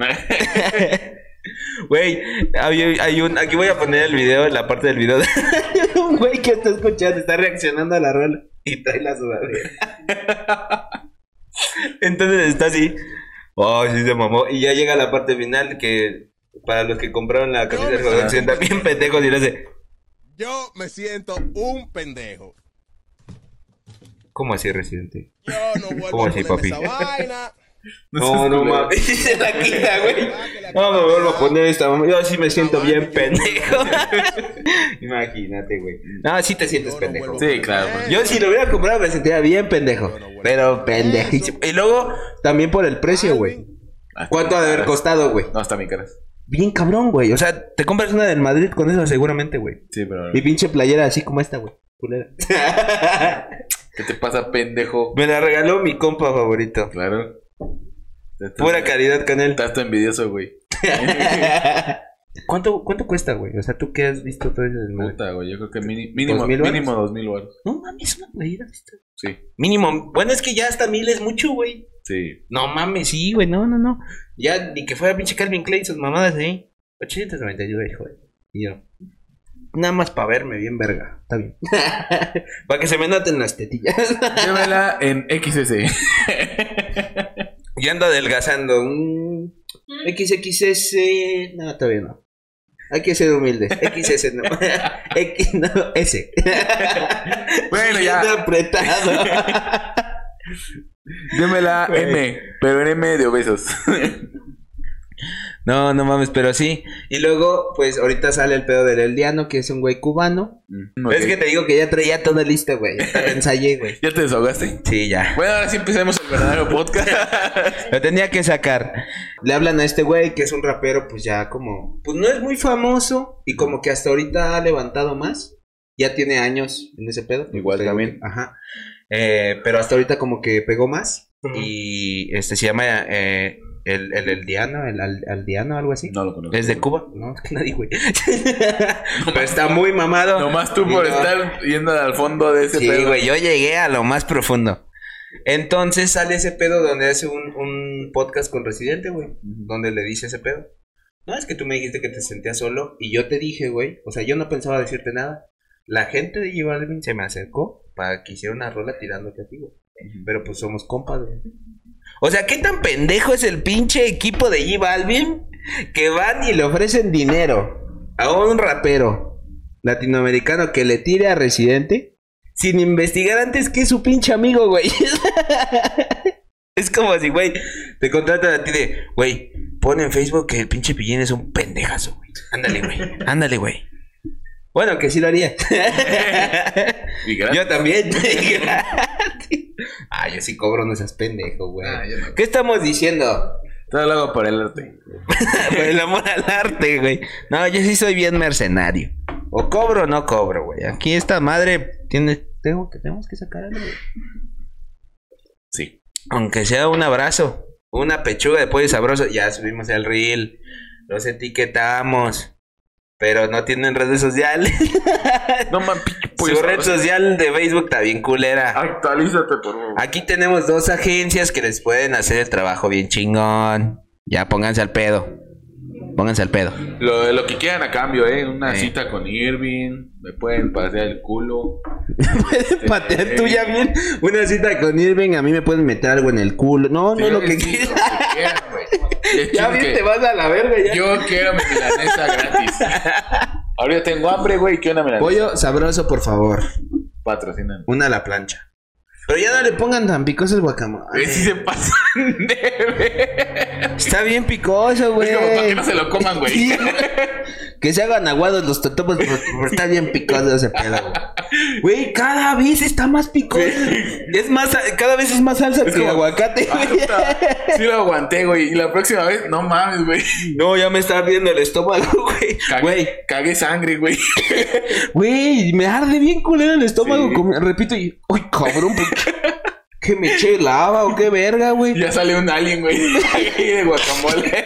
Speaker 2: Güey, hay, hay un, aquí voy a poner el video, en la parte del video de un güey que está escuchando, está reaccionando a la rola y trae la sudadera. Entonces está así. Oh, sí se mamó. Y ya llega la parte final que para los que compraron la camisa del juego se sienta bien pendejos y le hace.
Speaker 4: Yo me siento un pendejo.
Speaker 2: ¿Cómo así, Residente?
Speaker 4: Yo no vuelvo
Speaker 2: ¿Cómo
Speaker 4: a
Speaker 2: así,
Speaker 4: poner
Speaker 2: papi?
Speaker 4: esa vaina.
Speaker 2: No, no mames. Se la quita, güey. No me vuelvo a poner esta mamá. Yo sí me siento bien pendejo. Imagínate, güey. No, sí te sientes pendejo.
Speaker 1: Sí, claro.
Speaker 2: Yo si lo hubiera comprado me sentiría bien pendejo. Pero pendejísimo. Y luego, también por el precio, güey. ¿Cuánto ha de haber costado, güey?
Speaker 1: No, está bien caras.
Speaker 2: Bien cabrón, güey. O sea, te compras una del Madrid con eso seguramente, güey.
Speaker 1: Sí, pero...
Speaker 2: Y pinche playera así como esta, güey. Culera.
Speaker 1: ¿Qué te pasa, pendejo?
Speaker 2: Me la regaló mi compa favorito.
Speaker 1: Claro.
Speaker 2: Pura calidad con él.
Speaker 1: Estás tan envidioso, güey.
Speaker 2: ¿Cuánto, ¿Cuánto cuesta, güey? O sea, ¿tú qué has visto todo eso?
Speaker 1: Puta, güey, yo creo que mini- mínimo,
Speaker 2: ¿Dos mil varos?
Speaker 1: mínimo dos mil baros.
Speaker 2: No mames, una playera de esta.
Speaker 1: Sí,
Speaker 2: Mínimo. Bueno, es que ya hasta mil es mucho, güey.
Speaker 1: sí.
Speaker 2: No mames, sí, güey, no, no, no. Ya ni que fuera pinche Calvin Klein, sus mamadas ahí. ochocientos noventa y nueve, joder. Y yo. Nada más para verme bien verga. Está bien. Para que se me noten las tetillas.
Speaker 1: Llévela en X S.
Speaker 2: Yo ando adelgazando. Un X X S. No, todavía no. Hay que ser humildes. X S no. X no, S.
Speaker 1: Bueno, ya.
Speaker 2: Ando apretado.
Speaker 1: Llévela M, pero en M de obesos.
Speaker 2: No, no mames, pero sí. Y luego, pues ahorita sale el pedo del Eldiano, que es un güey cubano.
Speaker 1: Ok.
Speaker 2: Es que te digo que ya traía todo listo, güey. Ya te ensayé, güey.
Speaker 1: ¿Ya te desahogaste?
Speaker 2: Sí, ya.
Speaker 1: Bueno, ahora sí empecemos el verdadero podcast.
Speaker 2: Lo tenía que sacar. Le hablan a este güey que es un rapero, pues ya como... Pues no es muy famoso y como que hasta ahorita ha levantado más. Ya tiene años en ese pedo.
Speaker 1: Igual
Speaker 2: Pero-
Speaker 1: también.
Speaker 2: Ajá. Eh, pero hasta ahorita como que pegó más.
Speaker 3: Ujú.
Speaker 2: Y este se llama eh, el, el Eldiano, el Al- Aldiano, algo así.
Speaker 1: No lo conozco.
Speaker 2: ¿Es de Cuba? No, es que nadie, güey. Pero está muy mamado.
Speaker 1: Nomás tú por
Speaker 2: Y no-
Speaker 1: estar yendo al fondo de ese
Speaker 2: Sí,
Speaker 1: pedo.
Speaker 2: güey, yo llegué a lo más profundo. Entonces sale ese pedo donde hace un, un podcast con Residente, güey. Donde le dice ese pedo. No, es que tú me dijiste que te sentías solo. Y yo te dije, güey. O sea, yo no pensaba decirte nada. La gente de J Balvin se me acercó para que hiciera una rola tirándote a ti, güey. Pero pues somos compas, güey. O sea, ¿qué tan pendejo es el pinche equipo de J Balvin? Que van y le ofrecen dinero a un rapero latinoamericano que le tire a Residente sin investigar antes que es su pinche amigo, güey. Es como si, güey, te contratan a ti de, güey, pon en Facebook que el pinche Pillín es un pendejazo, güey. Ándale, güey. Ándale, güey. Bueno, que sí lo haría.
Speaker 1: Y gracias.
Speaker 2: Yo también. Ah, yo sí cobro, no seas pendejo, güey.
Speaker 1: Ah, yo no.
Speaker 2: ¿Qué estamos diciendo?
Speaker 1: Todo lo hago por el arte.
Speaker 2: Por el amor al arte, güey. No, yo sí soy bien mercenario. O cobro o no cobro, güey. Aquí esta madre tiene... Tengo que, tenemos que sacar algo, güey.
Speaker 1: Sí.
Speaker 2: Aunque sea un abrazo. Una pechuga de pollo sabroso. Ya subimos el reel. Los etiquetamos. Pero no tienen redes sociales.
Speaker 1: No mames, pues.
Speaker 2: Su red social de Facebook está bien culera.
Speaker 1: Actualízate, por favor.
Speaker 2: Aquí tenemos dos agencias que les pueden hacer el trabajo bien chingón. Ya pónganse al pedo. Pónganse al pedo.
Speaker 1: Lo, lo que quieran a cambio, ¿eh? Una
Speaker 2: Eh.
Speaker 1: cita con Irving. Me pueden pasear el culo.
Speaker 2: Pueden patear tú ya bien una cita con Irving. A mí me pueden meter algo en el culo. No, no,
Speaker 1: Sí,
Speaker 2: lo que
Speaker 1: sí,
Speaker 2: quieras.
Speaker 1: lo que quieran, güey. Y el
Speaker 2: Ya
Speaker 1: chiste
Speaker 2: bien
Speaker 1: que
Speaker 2: te vas a la verga ya.
Speaker 1: Yo quiero mi milanesa gratis. Ahorita tengo hambre, güey. Quiero una milanesa.
Speaker 2: Pollo sabroso, por favor.
Speaker 1: Patrocinan.
Speaker 2: Una a la plancha. Pero ya no le pongan tan picoso el guacamole.
Speaker 1: Eh, sí se pasan de ver.
Speaker 2: Está bien picoso, güey.
Speaker 1: Es como para que no se lo coman, güey.
Speaker 2: Sí, güey. Que se hagan aguados los totopos, pero, pero está bien picoso ese pedo, güey. Güey, cada vez está más picoso. Es más, cada vez es más salsa
Speaker 1: Es
Speaker 2: que
Speaker 1: como-
Speaker 2: aguacate,
Speaker 1: Ah,
Speaker 2: güey.
Speaker 1: puta, sí lo aguanté, güey. Y la próxima vez, no mames, güey.
Speaker 2: No, ya me está ardiendo el estómago, güey.
Speaker 1: Cagué,
Speaker 2: Güey,
Speaker 1: cagué sangre, güey.
Speaker 2: güey, me arde bien culero el estómago.
Speaker 1: Sí.
Speaker 2: como- repito, y, uy, cabrón, ¿por qué? ¿Que me eché lava o qué verga, güey?
Speaker 1: Ya sale un alien, güey. Ahí de guacamole.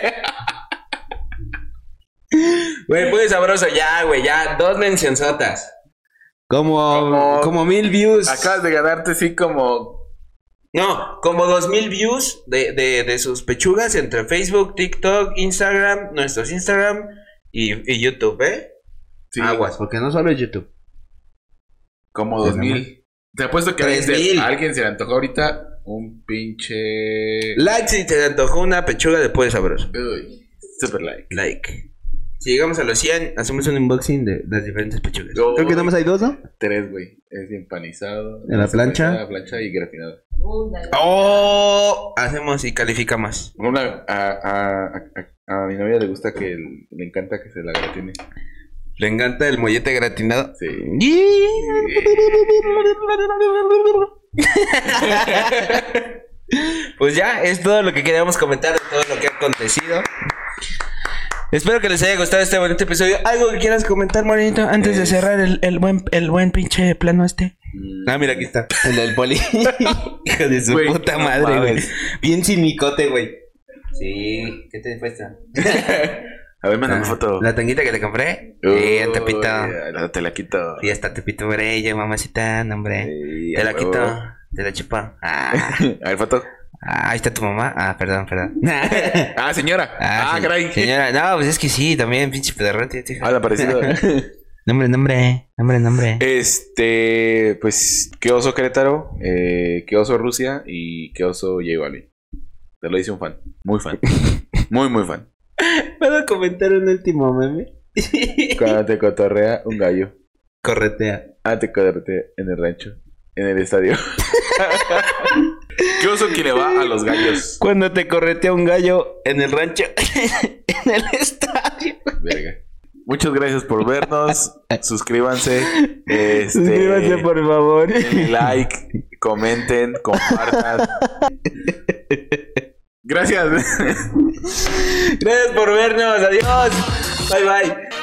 Speaker 2: Güey, pues sabroso, ya, güey, ya, dos mencionzotas. Como,
Speaker 1: Como-
Speaker 2: como mil views.
Speaker 1: Acabas de ganarte, sí, como.
Speaker 2: No, como dos mil views de, de, de sus pechugas entre Facebook, TikTok, Instagram, nuestros Instagram y, y YouTube, ¿eh?
Speaker 1: Sí,
Speaker 2: Aguas, porque no solo es YouTube.
Speaker 1: Como dos mil. Te apuesto que a
Speaker 2: Tres
Speaker 1: alguien,
Speaker 2: mil.
Speaker 1: a alguien se le antojó ahorita un pinche.
Speaker 2: Like si te antojó una pechuga de pollo sabroso.
Speaker 1: Uy, super like.
Speaker 2: Like. Si llegamos a los cien, hacemos un unboxing de las diferentes pechugas.
Speaker 1: Yo-
Speaker 2: Creo que nada más hay dos, ¿no?
Speaker 1: Tres, güey. Es empanizado.
Speaker 2: ¿En la plancha?
Speaker 1: En la plancha y gratinado.
Speaker 3: Úndale.
Speaker 2: ¡Oh! Hacemos y calificamos.
Speaker 1: Una, a, a, a, a mi novia le gusta que el- le encanta que se la gratine.
Speaker 2: ¿Le encanta el mollete gratinado?
Speaker 1: Sí.
Speaker 2: Pues ya, es todo lo que queríamos comentar de todo lo que ha acontecido. Espero que les haya gustado este bonito episodio. ¿Algo que quieras comentar, Morenito? Antes de cerrar el, el buen el buen pinche plano este. Ah, mira, aquí está. El del poli. Hijo de su
Speaker 1: Güey,
Speaker 2: puta
Speaker 1: no
Speaker 2: madre, güey.
Speaker 1: mames.
Speaker 2: Bien cinicote, güey. Sí, ¿qué te cuesta?
Speaker 1: A ver, mándame
Speaker 2: Ah,
Speaker 1: foto.
Speaker 2: La tanguita que te compré.
Speaker 1: Uy,
Speaker 2: Bien, Tepito.
Speaker 1: ya, te la quito.
Speaker 2: Y esta Tepito Brella, mamacita, no, hombre.
Speaker 1: Sí,
Speaker 2: Te
Speaker 1: a
Speaker 2: la
Speaker 1: huevo.
Speaker 2: quito. Te la chupo. Ah,
Speaker 1: A ver, foto.
Speaker 2: ah, ahí está tu mamá. Ah, perdón, perdón.
Speaker 1: Ah, señora. Ah,
Speaker 2: sí,
Speaker 1: caray.
Speaker 2: Señora, no, pues es que sí, también, pinche pedorrote, tío.
Speaker 1: Habla parecido.
Speaker 2: Nombre, nombre, nombre, nombre.
Speaker 1: Este, pues, qué oso Querétaro, eh, qué oso Rusia y qué oso J Balvin. Te lo dice un fan, muy fan, muy, muy fan.
Speaker 2: ¿Puedo comentar un último meme?
Speaker 1: Cuando te cotorrea un gallo,
Speaker 2: Corretea.
Speaker 1: ah, te cotorrea en el rancho, en el estadio. ¿Qué oso que le va a los gallos?
Speaker 2: Cuando te corretea un gallo en el rancho, en el estadio.
Speaker 1: Verga. Muchas gracias por vernos. Suscríbanse. Este,
Speaker 2: Suscríbanse, por favor.
Speaker 1: denle like, comenten, compartan. Gracias.
Speaker 2: Gracias por vernos. Adiós. Bye, bye.